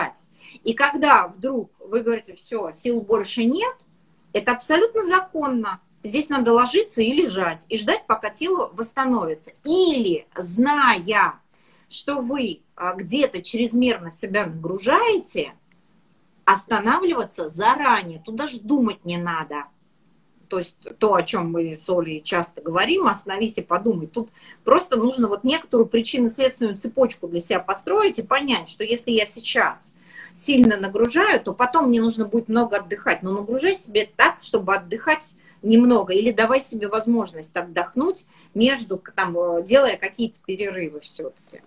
И когда вдруг вы говорите, все, сил больше нет, это абсолютно законно. Здесь надо ложиться и лежать, и ждать, пока тело восстановится. Или, зная, что вы где-то чрезмерно себя нагружаете, останавливаться заранее. Тут даже думать не надо. То есть то, о чем мы с Олей часто говорим, остановись и подумай. Тут просто нужно вот некоторую причинно-следственную цепочку для себя построить и понять, что если я сейчас сильно нагружаю, то потом мне нужно будет много отдыхать. Но нагружай себе так, чтобы отдыхать немного. Или давай себе возможность отдохнуть, между, там, делая какие-то перерывы все-таки.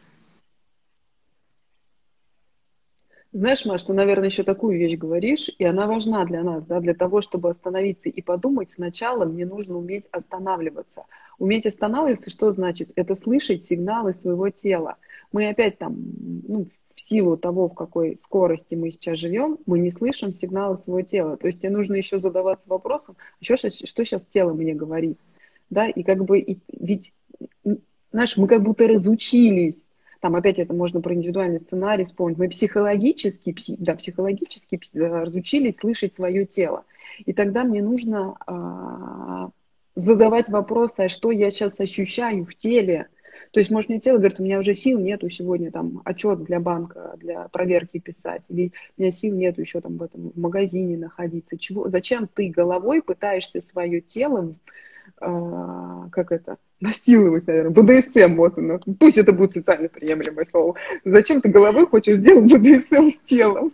Знаешь, Маш, ты, наверное, еще такую вещь говоришь, и она важна для нас, да, для того, чтобы остановиться и подумать, сначала мне нужно уметь останавливаться. Уметь останавливаться, что значит? Это слышать сигналы своего тела. Мы опять там, ну, в силу того, в какой скорости мы сейчас живем, мы не слышим сигналы своего тела. То есть тебе нужно еще задаваться вопросом, что, что сейчас тело мне говорит, да, и как бы, и, ведь, знаешь, мы как будто разучились. Там опять это можно про индивидуальный сценарий вспомнить. Мы психологически, да, психологически разучились слышать свое тело. И тогда мне нужно а, задавать вопросы, а что я сейчас ощущаю в теле. То есть, может, мне тело говорит, у меня уже сил нету сегодня там отчет для банка, для проверки писать, или у меня сил нету еще там в этом в магазине находиться. Чего? Зачем ты головой пытаешься свое тело, а, как это, насиловать, наверное, бэ дэ эс эм, вот оно, пусть это будет социально приемлемое слово. Зачем ты головой хочешь делать бэ дэ эс эм с телом?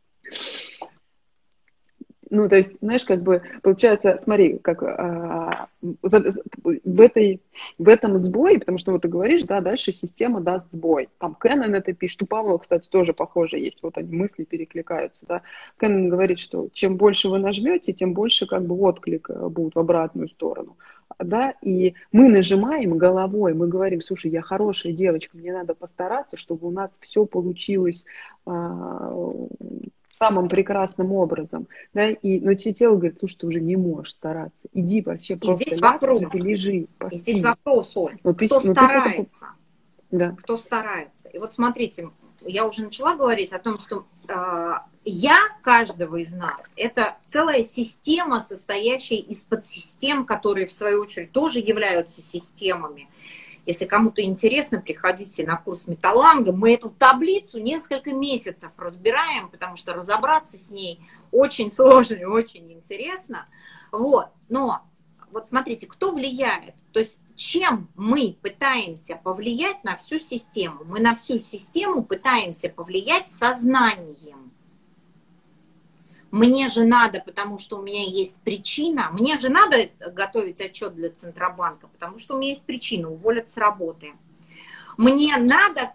Ну, то есть, знаешь, как бы, получается, смотри, как а, в, этой, в этом сбой, потому что вот ты говоришь, да, дальше система даст сбой. Там Кеннон это пишет, у Павлова, кстати, тоже похоже есть, вот они мысли перекликаются, да. Кеннон говорит, что чем больше вы нажмете, тем больше как бы отклик будет в обратную сторону, да, и мы нажимаем головой, мы говорим, слушай, я хорошая девочка, мне надо постараться, чтобы у нас все получилось а, самым прекрасным образом, да, и, но тебе тело говорит, слушай, ты уже не можешь стараться, иди вообще и просто здесь ляг, вопрос. ты лежи, поспи. И здесь вопрос, Оль, но кто ты, но старается? Ты... Да. Кто старается? И вот смотрите, я уже начала говорить о том, что э, я каждого из нас, это целая система, состоящая из подсистем, которые, в свою очередь, тоже являются системами. Если кому-то интересно, приходите на курс Металланга. Мы эту таблицу несколько месяцев разбираем, потому что разобраться с ней очень сложно и очень интересно. Вот. Но вот смотрите, кто влияет? То есть чем мы пытаемся повлиять на всю систему? Мы на всю систему пытаемся повлиять сознанием. Мне же надо, потому что у меня есть причина. Мне же надо готовить отчет для Центробанка, потому что у меня есть причина уволиться с работы. Мне надо...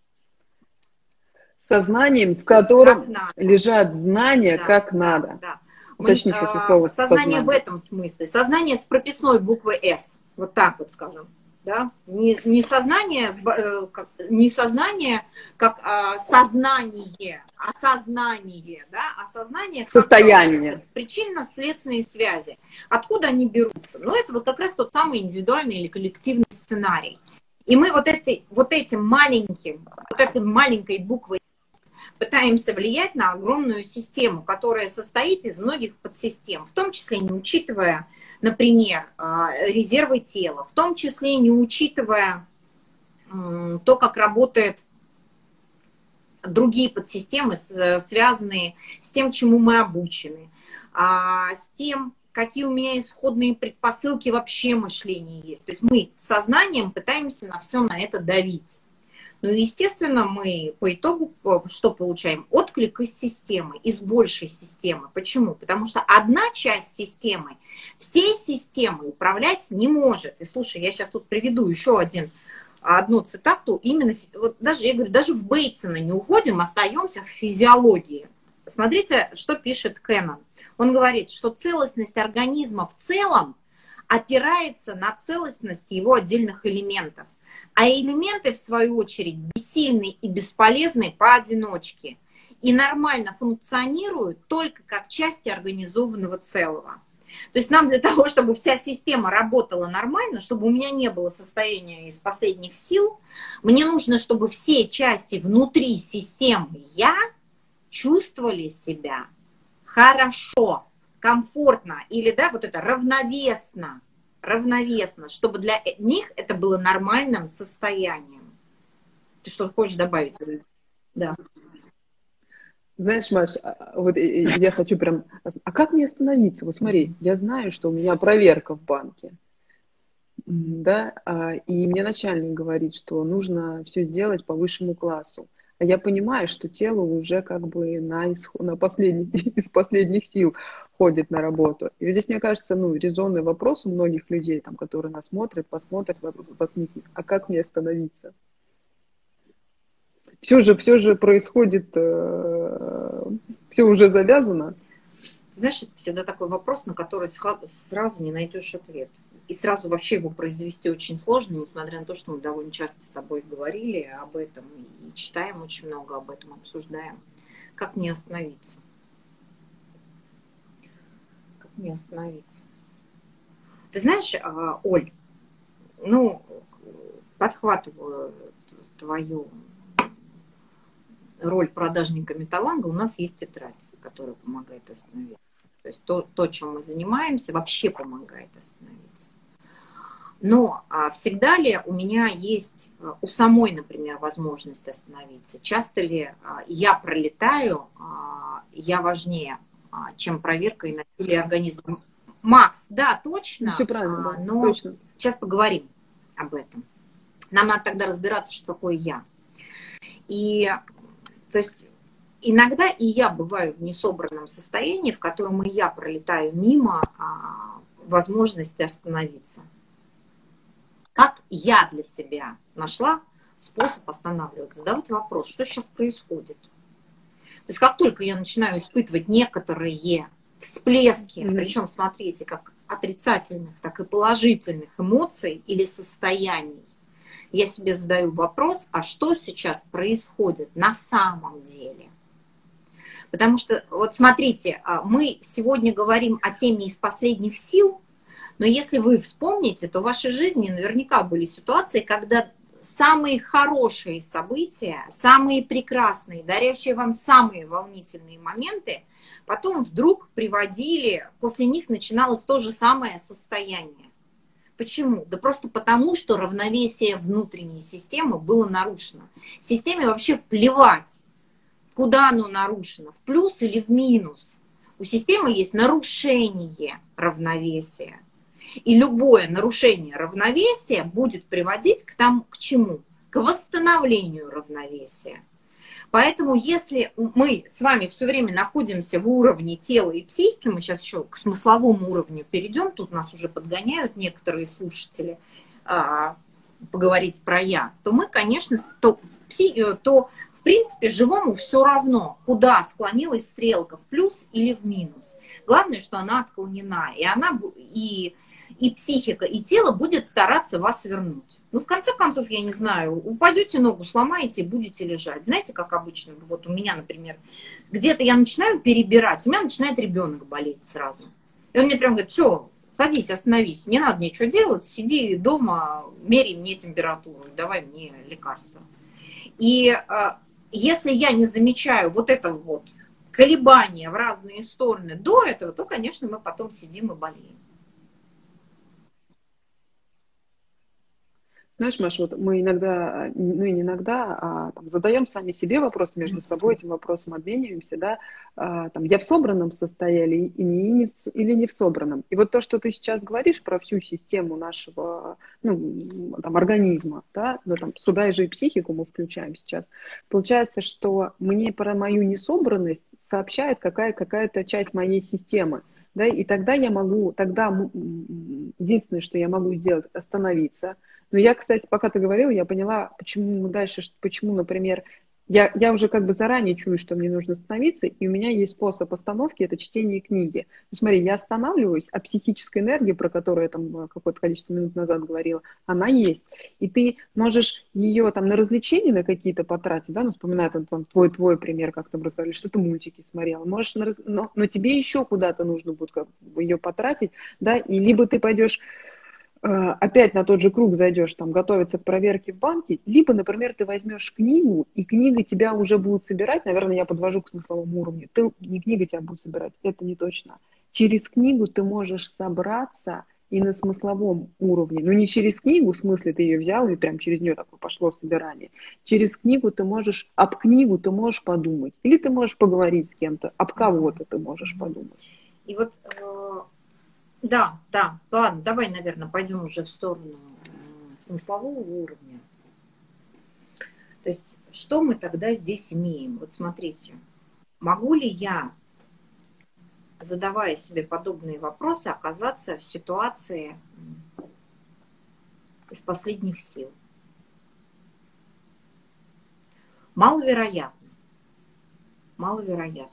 Сознанием, в котором лежат знания, да, как да, надо. Да. Уточнить Мы, хочу слово сознание сознание. В этом смысле. Сознание с прописной буквой «С». Вот так вот скажем. Да? Не, не, сознание, не сознание как а, сознание, а сознание, да? А сознание как состояние. Причинно-следственные связи. Откуда они берутся? Ну, это вот как раз тот самый индивидуальный или коллективный сценарий. И мы вот, этой, вот этим маленьким, вот этой маленькой буквой пытаемся влиять на огромную систему, которая состоит из многих подсистем, в том числе не учитывая, например, резервы тела, в том числе не учитывая то, как работают другие подсистемы, связанные с тем, чему мы обучены, с тем, какие у меня исходные предпосылки вообще мышления есть. То есть мы сознанием пытаемся на все на это давить. Ну и, естественно, мы по итогу что получаем? Отклик из системы, из большей системы. Почему? Потому что одна часть системы всей системой управлять не может. И слушай, я сейчас тут приведу еще один, одну цитату. Именно, вот даже, я говорю, даже в Бейтсона не уходим, остаемся в физиологии. Смотрите, что пишет Кеннон. Он говорит, что целостность организма в целом опирается на целостность его отдельных элементов. А элементы, в свою очередь, бессильны и бесполезны поодиночке и нормально функционируют только как части организованного целого. То есть нам для того, чтобы вся система работала нормально, чтобы у меня не было состояния из последних сил, мне нужно, чтобы все части внутри системы «я» чувствовали себя хорошо, комфортно или, да, вот это равновесно, равновесно, чтобы для них это было нормальным состоянием. Ты что хочешь добавить? Да. Знаешь, Маш, вот я хочу прям... А как мне остановиться? Вот смотри, я знаю, что у меня проверка в банке, да, и мне начальник говорит, что нужно все сделать по высшему классу. А я понимаю, что тело уже как бы на, исход, на последний, из последних сил ходит на работу. И вот здесь, мне кажется, ну, резонный вопрос у многих людей, там, которые нас смотрят, посмотрят, посмотрят, а как мне остановиться? Все же, все же происходит, э, все уже завязано. Знаешь, это всегда такой вопрос, на который сразу не найдешь ответ. И сразу вообще его произвести очень сложно, несмотря на то, что мы довольно часто с тобой говорили об этом и читаем очень много об этом, обсуждаем. Как не остановиться? Как не остановиться? Ты знаешь, Оль, ну, подхватываю твою роль продажника Металланга, у нас есть тетрадь, которая помогает остановиться. То есть то, то, чем мы занимаемся, вообще помогает остановиться. Но а, всегда ли у меня есть, у самой, например, возможность остановиться? Часто ли а, я пролетаю, а, я важнее, а, чем проверка и насилие организма? Макс, да, точно. Ну, все правильно, а, да, но точно. Сейчас поговорим об этом. Нам надо тогда разбираться, что такое я. И, то есть, иногда и я бываю в несобранном состоянии, в котором и я пролетаю мимо а, возможности остановиться. Как я для себя нашла способ останавливаться? Задавать вопрос, что сейчас происходит? То есть как только я начинаю испытывать некоторые всплески, mm-hmm. причем, смотрите, как отрицательных, так и положительных эмоций или состояний, я себе задаю вопрос, а что сейчас происходит на самом деле? Потому что, вот смотрите, мы сегодня говорим о теме из последних сил, но если вы вспомните, то в вашей жизни наверняка были ситуации, когда самые хорошие события, самые прекрасные, дарящие вам самые волнительные моменты, потом вдруг приводили, после них начиналось то же самое состояние. Почему? Да просто потому, что равновесие внутренней системы было нарушено. Системе вообще плевать, куда оно нарушено, в плюс или в минус. У системы есть нарушение равновесия. И любое нарушение равновесия будет приводить к, тому, к чему? К восстановлению равновесия. Поэтому если мы с вами все время находимся в уровне тела и психики, мы сейчас еще к смысловому уровню перейдем, тут нас уже подгоняют некоторые слушатели а, поговорить про «я», то мы, конечно, то в, пси, то, в принципе, живому все равно, куда склонилась стрелка, в плюс или в минус. Главное, что она отклонена, и она... И, и психика, и тело будет стараться вас вернуть. Ну, в конце концов, я не знаю, упадете ногу, сломаете, будете лежать. Знаете, как обычно, вот у меня, например, где-то я начинаю перебирать, у меня начинает ребенок болеть сразу. И он мне прям говорит, все, садись, остановись, не надо ничего делать, сиди дома, меряй мне температуру, давай мне лекарства. И э, если я не замечаю вот это вот колебания в разные стороны до этого, то, конечно, мы потом сидим и болеем. Знаешь, Маш, вот мы иногда, ну и не иногда, а там, задаем сами себе вопрос между собой, этим вопросом обмениваемся, да, а, там, я в собранном состоянии или не, в, или не в собранном. И вот то, что ты сейчас говоришь про всю систему нашего, ну, там, организма, да, ну, там, сюда же и психику мы включаем сейчас, получается, что мне про мою несобранность сообщает какая, какая-то часть моей системы. Да, и тогда я могу, тогда единственное, что я могу сделать, остановиться. Но я, кстати, пока ты говорила, я поняла, почему дальше, почему, например, я, я уже как бы заранее чую, что мне нужно остановиться, и у меня есть способ остановки, это чтение книги. Ну, смотри, я останавливаюсь, а психическая энергия, про которую я там какое-то количество минут назад говорила, она есть. И ты можешь ее там на развлечения на какие-то потратить, да, ну, вспоминая там, там твой, твой пример, как там разговаривали, что ты мультики смотрела, можешь, на, но, но тебе еще куда-то нужно будет как бы ее потратить, да, и либо ты пойдешь э, опять на тот же круг зайдешь, там, готовиться к проверке в банке, либо, например, ты возьмешь книгу, и книга тебя уже будет собирать, наверное, я подвожу к смысловому уровню, ты, не книга тебя будет собирать, это не точно. Через книгу ты можешь собраться и на смысловом уровне, ну не через книгу, в смысле ты ее взял и прям через нее такое пошло собирание. Через книгу ты можешь, об книгу ты можешь подумать, или ты можешь поговорить с кем-то, об кого-то ты можешь подумать. И вот, э, да, да, ладно, давай, наверное, пойдем уже в сторону э, смыслового уровня. То есть, что мы тогда здесь имеем? Вот смотрите, могу ли я, задавая себе подобные вопросы, оказаться в ситуации из последних сил? Маловероятно. Маловероятно.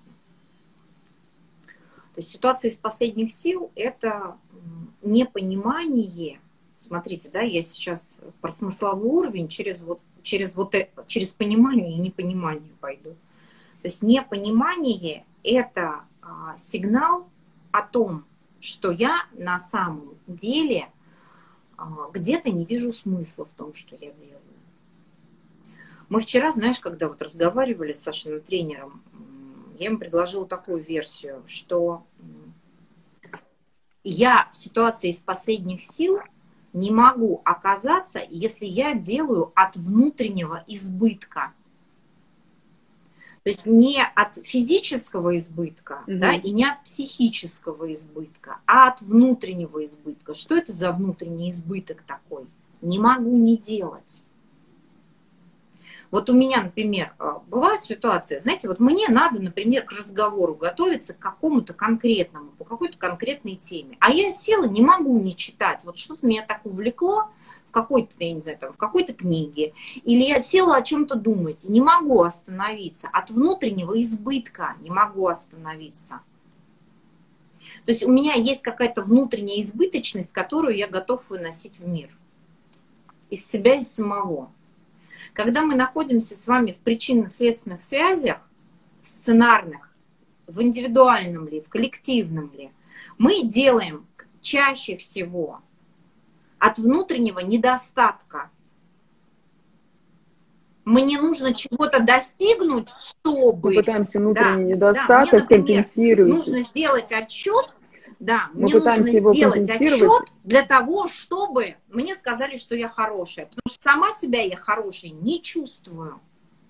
То есть ситуация из последних сил – это непонимание. Смотрите, да, я сейчас про смысловой уровень через вот, через вот это, через понимание и непонимание пойду. То есть непонимание – это а, сигнал о том, что я на самом деле а, где-то не вижу смысла в том, что я делаю. Мы вчера, знаешь, когда вот разговаривали с Сашиным тренером, я им предложила такую версию, что я в ситуации из последних сил не могу оказаться, если я делаю от внутреннего избытка. То есть не от физического избытка, mm-hmm. да, и не от психического избытка, а от внутреннего избытка. Что это за внутренний избыток такой? Не могу не делать. Вот у меня, например, бывают ситуации, знаете, вот мне надо, например, к разговору готовиться к какому-то конкретному, по какой-то конкретной теме. А я села, не могу не читать. Вот что-то меня так увлекло в какой-то, я не знаю, там, в какой-то книге. Или я села о чем-то думать, не могу остановиться. От внутреннего избытка не могу остановиться. То есть у меня есть какая-то внутренняя избыточность, которую я готов выносить в мир. Из себя, из самого. Когда мы находимся с вами в причинно-следственных связях, в сценарных, в индивидуальном ли, в коллективном ли, мы делаем чаще всего от внутреннего недостатка. Мне нужно чего-то достигнуть, чтобы... Мы пытаемся внутренний да, недостаток да, мне, например, компенсировать. Нужно сделать отчет. Да, Мы мне пытаемся нужно его сделать компенсировать. отчет для того, чтобы мне сказали, что я хорошая. Потому что сама себя я хорошей не чувствую.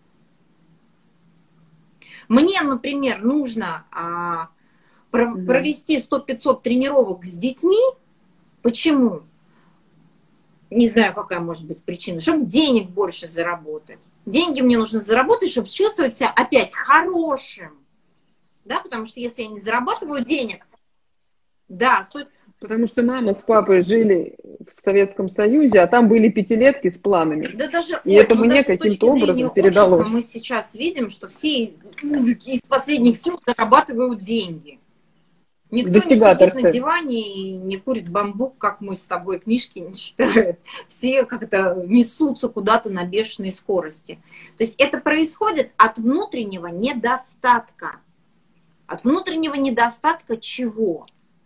Мне, например, нужно а, про- Мгм. провести сто-пятьсот тренировок с детьми. Почему? Не знаю, какая может быть причина. Чтобы денег больше заработать. Деньги мне нужно заработать, чтобы чувствовать себя опять хорошим. Да, потому что если я не зарабатываю денег, да, стоит... Потому что мама с папой жили в Советском Союзе, а там были пятилетки с планами. Да даже, И ой, это ну мне даже с точки каким-то зрения образом общества передалось. мы сейчас видим, что все мужики из последних сил зарабатывают деньги. Никто не сидит на Достигаторцы. диване и не курит бамбук, как мы с тобой, книжки не читают. Все как-то несутся куда-то на бешеной скорости. То есть это происходит от внутреннего недостатка. От внутреннего недостатка чего?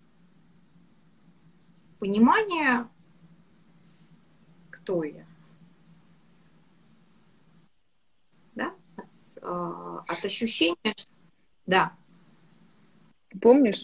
Понимание, кто я. Да? От, э, от ощущения, что... Да. Помнишь,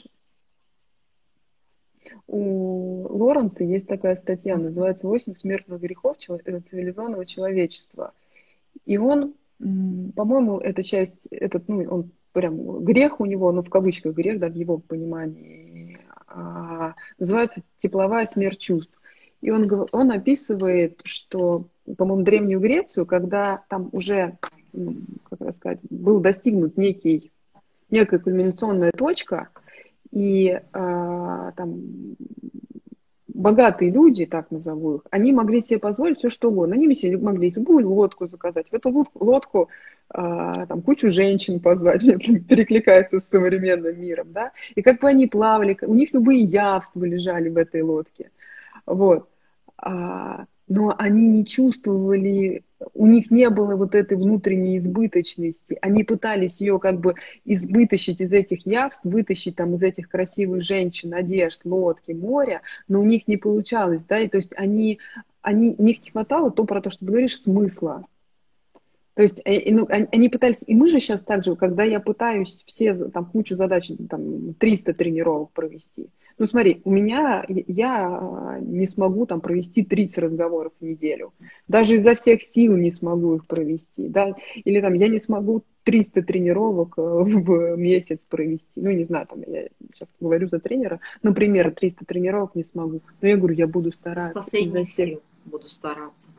у Лоренса есть такая статья, называется «Восемь смертных грехов чело- э, цивилизованного человечества». И он, м, по-моему, эта часть, этот, ну, он прям грех у него, ну, в кавычках грех, да, в его понимании, а, называется «Тепловая смерть чувств». И он, гов- он описывает, что, по-моему, Древнюю Грецию, когда там уже, м, как это сказать, был достигнут некий, некая кульминационная точка, и а, там богатые люди, так назову их, они могли себе позволить все что угодно. Они себе могли любую лодку заказать, в эту лодку, лодку а, там, кучу женщин позвать, мне прям перекликается с современным миром, да, и как бы они плавали, у них любые явства лежали в этой лодке, вот. А, но они не чувствовали у них не было вот этой внутренней избыточности. Они пытались ее как бы избыточить из этих явств, вытащить там из этих красивых женщин, одежд, лодки, моря, но у них не получалось, да, и то есть они, они, у них не хватало, то про то, что ты говоришь, смысла. То есть э, ну, они, они пытались, и мы же сейчас так же, когда я пытаюсь все, там, кучу задач, там, триста тренировок провести. Ну, смотри, у меня, я не смогу там провести тридцать разговоров в неделю. Даже изо всех сил не смогу их провести, да. Или там я не смогу триста тренировок в месяц провести. Ну, не знаю, там, я сейчас говорю за тренера, например, триста тренировок не смогу. Но я говорю, я буду стараться. С последних всех... сил буду стараться.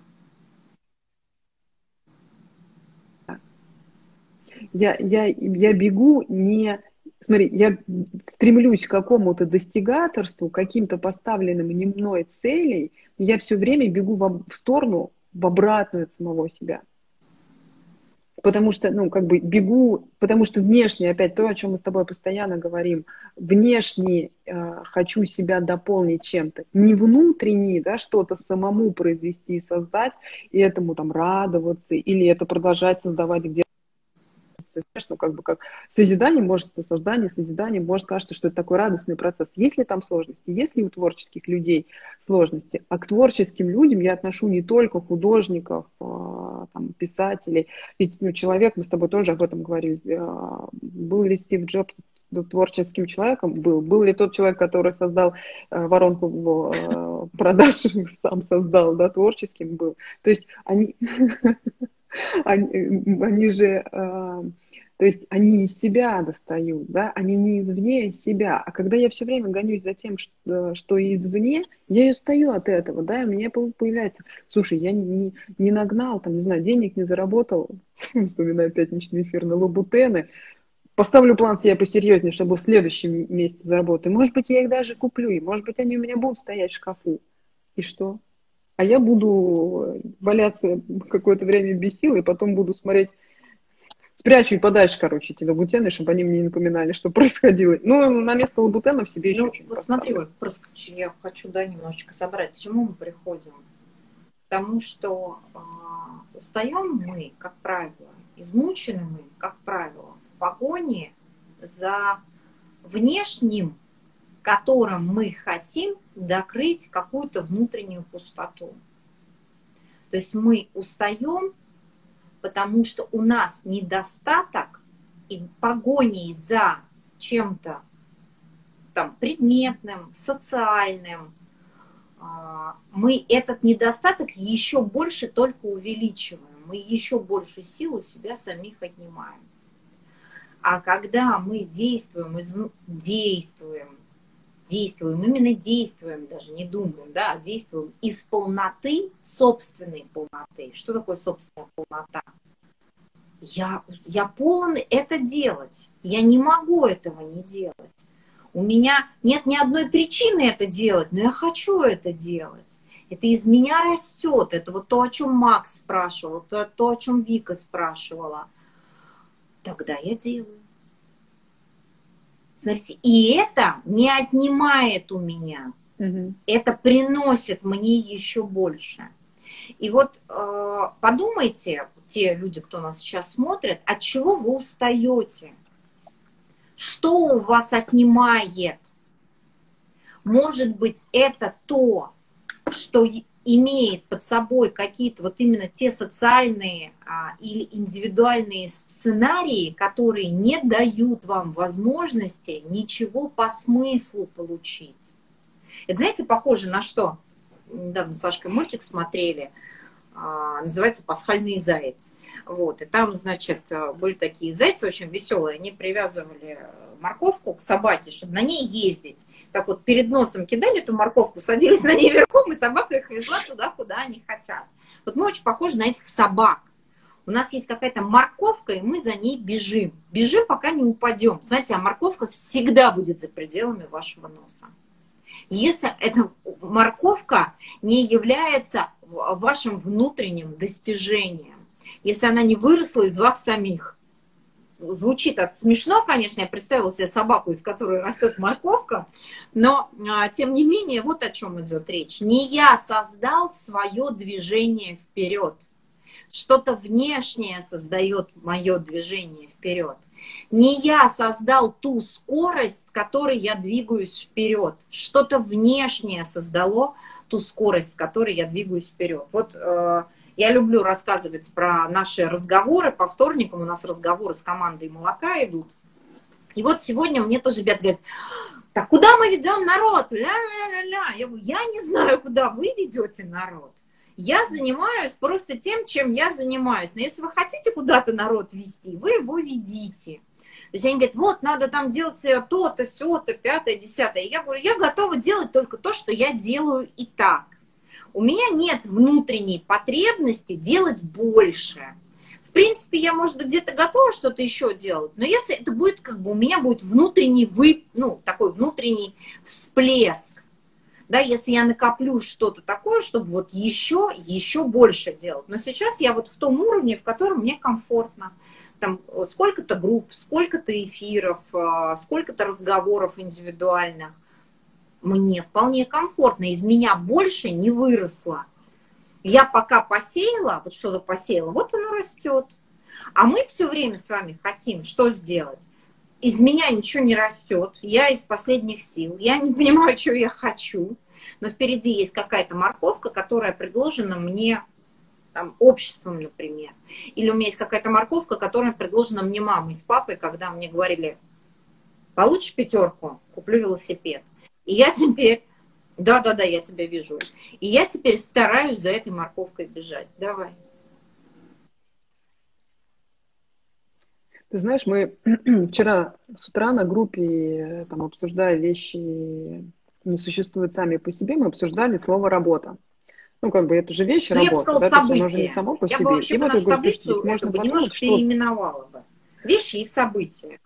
Я, я, я бегу не... Смотри, я стремлюсь к какому-то достигаторству, каким-то поставленным не мной целей, но я все время бегу в, в сторону, в обратную от самого себя. Потому что, ну, как бы бегу, потому что внешне, опять то, о чем мы с тобой постоянно говорим, внешне э, хочу себя дополнить чем-то, не внутренне, да, что-то самому произвести и создать, и этому там радоваться, или это продолжать создавать где-то. Ну, как бы как созидание может, создание, созидание может кажется, что это такой радостный процесс. Есть ли там сложности? Есть ли у творческих людей сложности? А к творческим людям я отношу не только художников, там, писателей. Ведь ну, человек, мы с тобой тоже об этом говорили, был ли Стив Джобс творческим человеком? Был. Был ли тот человек, который создал воронку продаж, сам создал, да, творческим был? То есть они... Они, они же, э, то есть они из себя достают, да, они не извне себя. А когда я все время гонюсь за тем, что, что извне, я и устаю от этого, да, и у меня появляется, слушай, я не, не нагнал, там, не знаю, денег не заработал, вспоминаю пятничный эфир на Лабутены, поставлю план себе посерьезнее, чтобы в следующем месяце заработать. Может быть, я их даже куплю, и может быть, они у меня будут стоять в шкафу. И что? А я буду валяться какое-то время без сил, и потом буду смотреть, спрячу и подальше, короче, эти лабутены, чтобы они мне не напоминали, что происходило. Ну, на место лабутенов себе еще ну, что-нибудь вот поставлю. смотри, вот просто я хочу, да, немножечко собрать. К чему мы приходим? К тому, что э, устаем мы, как правило, измучены мы, как правило, в погоне за внешним, которым мы хотим докрыть какую-то внутреннюю пустоту. То есть мы устаем, потому что у нас недостаток, и погоней за чем-то там предметным, социальным, мы этот недостаток еще больше только увеличиваем, мы еще большую силу себя самих отнимаем. А когда мы действуем, действуем, действуем, именно действуем, даже не думаем, да, а действуем из полноты, собственной полноты. Что такое собственная полнота? Я, я полон это делать. Я не могу этого не делать. У меня нет ни одной причины это делать, но я хочу это делать. Это из меня растет. Это вот то, о чем Макс спрашивал, то, то о чем Вика спрашивала. Тогда я делаю. Смотрите, и это не отнимает у меня, угу. Это приносит мне еще больше. И вот э, подумайте, те люди, кто нас сейчас смотрит, от чего вы устаете? Что у вас отнимает? Может быть, это то, что имеет под собой какие-то вот именно те социальные а, или индивидуальные сценарии, которые не дают вам возможности ничего по смыслу получить. Это, знаете, похоже на что? Недавно с Сашкой мультик смотрели, а, называется «Пасхальный заяц». Вот, и там, значит, были такие зайцы очень веселые, они привязывали морковку к собаке, чтобы на ней ездить. Так вот, перед носом кидали эту морковку, садились на ней верхом, и собака их везла туда, куда они хотят. Вот мы очень похожи на этих собак. У нас есть какая-то морковка, и мы за ней бежим. Бежим, пока не упадем. Знаете, а морковка всегда будет за пределами вашего носа. Если эта морковка не является вашим внутренним достижением, если она не выросла из вас самих. Звучит это смешно, конечно, я представила себе собаку, из которой растет морковка, но, тем не менее, вот о чем идет речь. Не я создал свое движение вперед. Что-то внешнее создает мое движение вперед. Не я создал ту скорость, с которой я двигаюсь вперед. Что-то внешнее создало ту скорость, с которой я двигаюсь вперед. Вот э, я люблю рассказывать про наши разговоры. По вторникам у нас разговоры с командой молока идут. И вот сегодня мне тоже ребята говорят: так куда мы ведем народ? Ля-ля-ля-ля. Я говорю: я не знаю, куда вы ведете народ. Я занимаюсь просто тем, чем я занимаюсь. Но если вы хотите куда-то народ вести, вы его ведите. То есть они говорят: вот, надо там делать то-то, сё-то, пятое, десятое. И я говорю: я готова делать только то, что я делаю и так. У меня нет внутренней потребности делать больше. В принципе, я, может быть, где-то готова что-то еще делать, но если это будет, как бы, у меня будет внутренний, вы, ну, такой внутренний всплеск, да, если я накоплю что-то такое, чтобы вот еще, еще больше делать. Но сейчас я вот в том уровне, в котором мне комфортно. Там сколько-то групп, сколько-то эфиров, сколько-то разговоров индивидуальных. Мне вполне комфортно, из меня больше не выросло. Я пока посеяла, вот что-то посеяла, вот оно растет. А мы все время с вами хотим что сделать? Из меня ничего не растет, я из последних сил, я не понимаю, что я хочу, но впереди есть какая-то морковка, которая предложена мне там, обществом, например. Или у меня есть какая-то морковка, которая предложена мне мамой с папой, когда мне говорили: получишь пятерку, куплю велосипед. И я теперь... Да-да-да, я тебя вижу. И я теперь стараюсь за этой морковкой бежать. Давай. Ты знаешь, мы вчера с утра на группе, там, обсуждая вещи, не существуют сами по себе, мы обсуждали слово «работа». Ну, как бы это же вещь, Ну, я бы работа, сказала, да, то есть событие. оно же не само по Я себе. бы вообще И бы вот я нашу говорю: слушайте, таблицу ведь можно как бы подумать, немножко что... переименовала бы. Вещи и события.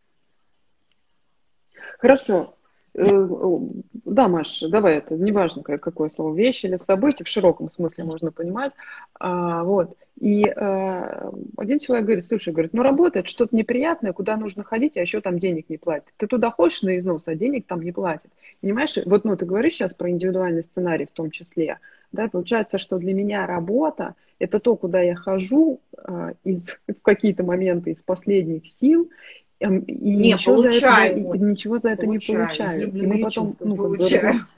Хорошо. Э, Да, Маш, давай, это неважно, как- какое слово, вещь или событие, в широком смысле можно понимать. А, вот. И э, один человек говорит: слушай, говорит, ну работа — это что-то неприятное, куда нужно ходить, а еще там денег не платят. Ты туда ходишь на износ, а денег там не платят. Понимаешь, вот, ну, ты говоришь сейчас про индивидуальный сценарий в том числе, да, получается, что для меня работа — это то, куда я хожу э, из, в какие-то моменты из последних сил, Эм, и Не, ничего за это, я- получаю, и Оль, ничего за это не получаю. получаю. И мы Излюбленные потом, чувства ну, как бы, раз- получаю.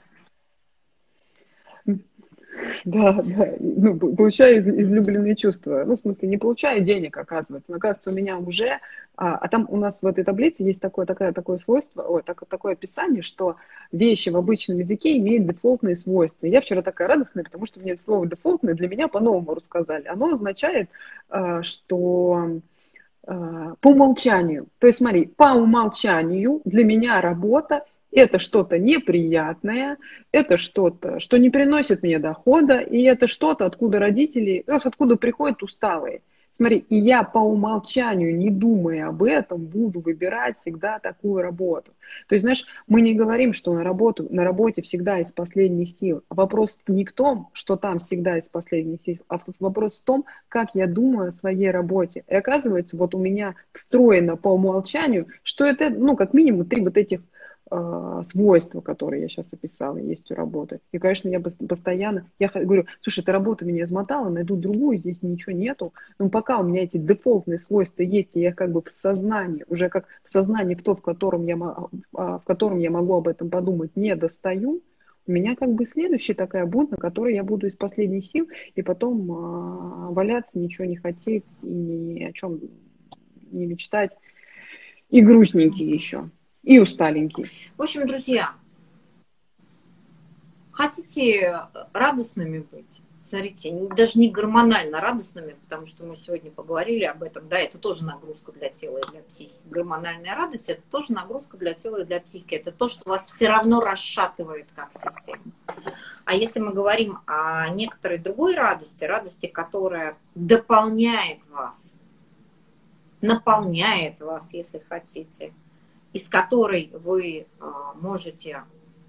да, да, ну, п- получаю из- излюбленные чувства. Ну, в смысле, не получаю денег, оказывается. Но, оказывается, у меня уже, а, а там у нас в этой таблице есть такое, такое, такое свойство, ой, так, такое описание, что вещи в обычном языке имеют дефолтные свойства. И я вчера такая радостная, потому что мне это слово дефолтное для меня по-новому рассказали. Оно означает, а, что а, по умолчанию. То есть, смотри, по умолчанию для меня работа — это что-то неприятное, это что-то, что не приносит мне дохода, и это что-то, откуда родители, ну, откуда приходят усталые. Смотри, и я по умолчанию, не думая об этом, буду выбирать всегда такую работу. То есть, знаешь, мы не говорим, что на, работу, на работе всегда из последних сил. А вопрос не в том, что там всегда из последних сил, а вопрос в том, как я думаю о своей работе. И оказывается, вот у меня встроено по умолчанию, что это, ну, как минимум, три вот этих э, свойства, которые я сейчас описала, есть у работы. И, конечно, я постоянно, я говорю: слушай, эта работа меня измотала, найду другую, здесь ничего нету. Но пока у меня эти дефолтные свойства есть, и я как бы в сознании, уже как в сознании в то, в котором я, в котором я могу об этом подумать, не достаю, у меня как бы следующая такая будет, на которой я буду из последних сил, и потом а, валяться, ничего не хотеть, и ни о чем не мечтать, и грустненький еще, и усталенький. В общем, друзья, хотите радостными быть? Смотрите, даже не гормонально радостными, потому что мы сегодня поговорили об этом, да, это тоже нагрузка для тела и для психики. Гормональная радость — это тоже нагрузка для тела и для психики. Это то, что вас все равно расшатывает как систему. А если мы говорим о некоторой другой радости, радости, которая дополняет вас, наполняет вас, если хотите, из которой вы можете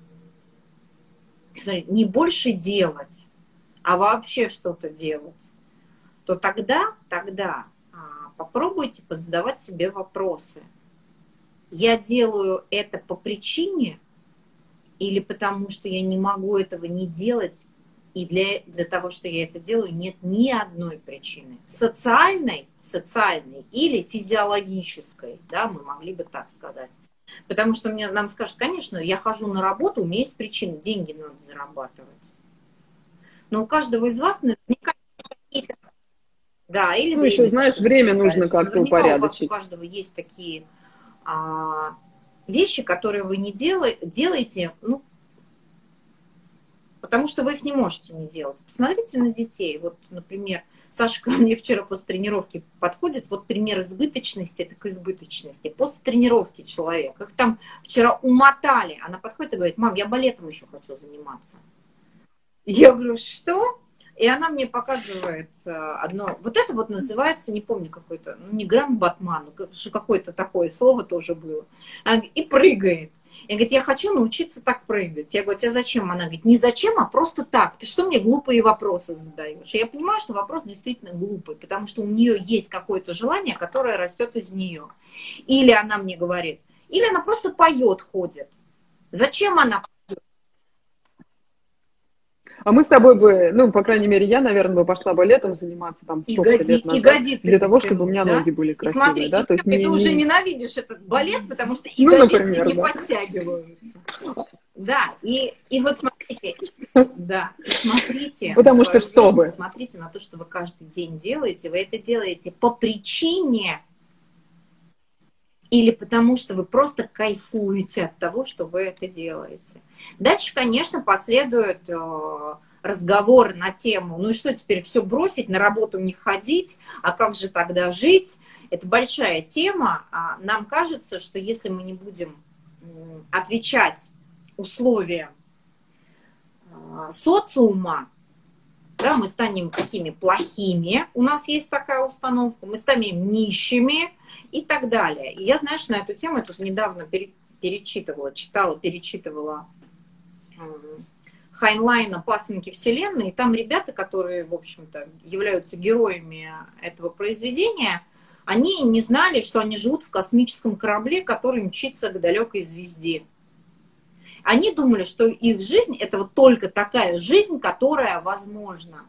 не больше делать, а вообще что-то делать, то тогда, тогда а, попробуйте позадавать себе вопросы. Я делаю это по причине или потому что я не могу этого не делать И для, для того, что я это делаю, нет ни одной причины. Социальной, социальной или физиологической, да, мы могли бы так сказать. Потому что мне, нам скажут, конечно, я хожу на работу, у меня есть причины, деньги надо зарабатывать. Но у каждого из вас наверняка какие-то... Да, или ну, время. еще, знаешь, время нужно как-то упорядочить. У вас у упорядочить. каждого есть такие а, вещи, которые вы не делаете, делаете, ну, потому что вы их не можете не делать. Посмотрите на детей. Вот, например, Саша ко мне вчера после тренировки подходит. Вот пример избыточности, это к избыточности. После тренировки человек, их там вчера умотали. Она подходит и говорит: мам, я балетом еще хочу заниматься. Я говорю: что? И она мне показывает одно, вот это вот называется, не помню, какой-то, ну не Гранд Батман, какое-то такое слово тоже было. И прыгает. И говорит: я хочу научиться так прыгать. Я говорю: тебе зачем? Она говорит: не зачем, а просто так. Ты что мне глупые вопросы задаешь? И я понимаю, что вопрос действительно глупый, потому что у нее есть какое-то желание, которое растет из нее. Или она мне говорит, или она просто поет, ходит. Зачем она? А мы с тобой бы, ну, по крайней мере, я, наверное, бы пошла балетом заниматься там столько лет назад, для того, чтобы у меня да? ноги были красивые, смотри, да? То есть ты не, уже не... ненавидишь этот балет, потому что ну, ягодицы например, не да. подтягиваются. Да, и, и вот смотрите, да, и смотрите, потому что чтобы. Жизнь, смотрите на то, что вы каждый день делаете, вы это делаете по причине или потому что вы просто кайфуете от того, что вы это делаете. Дальше, конечно, последует э, разговор на тему, ну и что теперь, все бросить, на работу не ходить, а как же тогда жить? Это большая тема. А нам кажется, что если мы не будем э, отвечать условиям э, социума, да, мы станем какими плохими, у нас есть такая установка, мы станем нищими, и так далее. И я, знаешь, на эту тему я тут недавно перечитывала, читала, перечитывала Хайнлайна «Пасынки Вселенной», и там ребята, которые, в общем-то, являются героями этого произведения, они не знали, что они живут в космическом корабле, который мчится к далекой звезде. Они думали, что их жизнь – это вот только такая жизнь, которая возможна.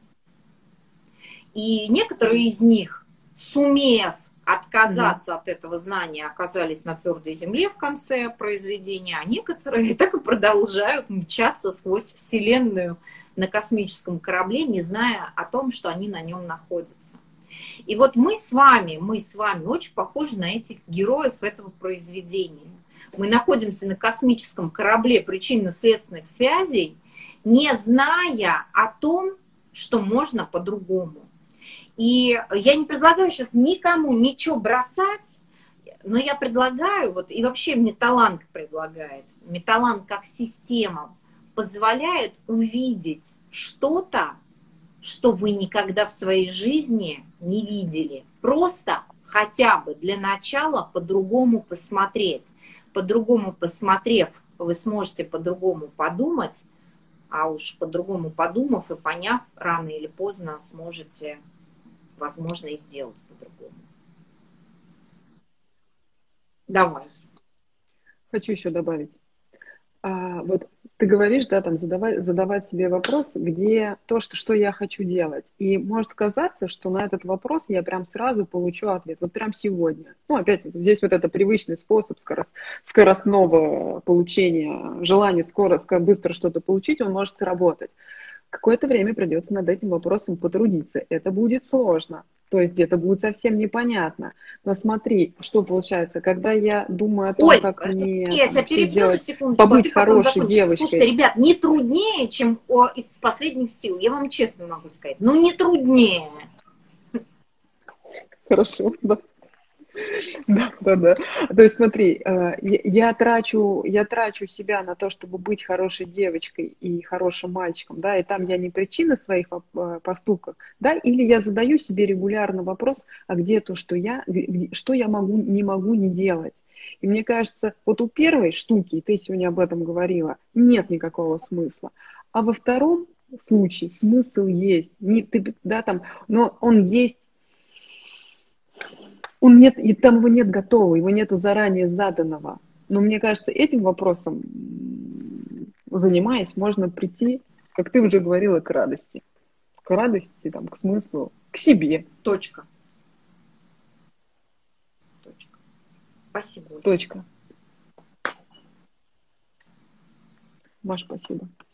И некоторые из них, сумев отказаться mm-hmm. от этого знания, оказались на твердой земле в конце произведения, а некоторые так и продолжают мчаться сквозь Вселенную на космическом корабле, не зная о том, что они на нем находятся. И вот мы с вами, мы с вами очень похожи на этих героев этого произведения. Мы находимся на космическом корабле причинно-следственных связей, не зная о том, что можно по-другому. И я не предлагаю сейчас никому ничего бросать, но я предлагаю, вот, и вообще Металланг предлагает, Металланг как система позволяет увидеть что-то, что вы никогда в своей жизни не видели. Просто хотя бы для начала по-другому посмотреть. По-другому посмотрев, вы сможете по-другому подумать, а уж по-другому подумав и поняв, рано или поздно сможете... возможно, и сделать по-другому. Давай. Хочу еще добавить. А, вот ты говоришь, да, там задавать, задавать себе вопрос, где то, что, что я хочу делать. И может казаться, что на этот вопрос я прям сразу получу ответ. Вот прям сегодня. Ну, опять, здесь вот это привычный способ скорост, скоростного получения, желание скоро, быстро что-то получить, он может сработать. Какое-то время придется над этим вопросом потрудиться. Это будет сложно. То есть это будет совсем непонятно. Но смотри, что получается, когда я думаю о том, Оль, как мне я тебя перебью делать, на секундочку, побыть а хорошей закончишь. девочкой. Слушайте, ребят, не труднее, чем о, из последних сил. Я вам честно могу сказать. Ну, не труднее. Хорошо, да. Да, да, да. То есть смотри, я трачу, я трачу себя на то, чтобы быть хорошей девочкой и хорошим мальчиком, да, и там я не причина своих поступков, да, или я задаю себе регулярно вопрос, а где то, что я, что я могу, не могу не делать. И мне кажется, вот у первой штуки, и ты сегодня об этом говорила, нет никакого смысла. А во втором случае смысл есть, не, ты, да, там, но он есть. Он нет, и там его нет готового, его нету заранее заданного. Но мне кажется, этим вопросом, занимаясь, можно прийти как ты уже говорила, к радости. К радости, там, к смыслу, к себе. Точка. Точка. Спасибо. Точка. Маш, спасибо.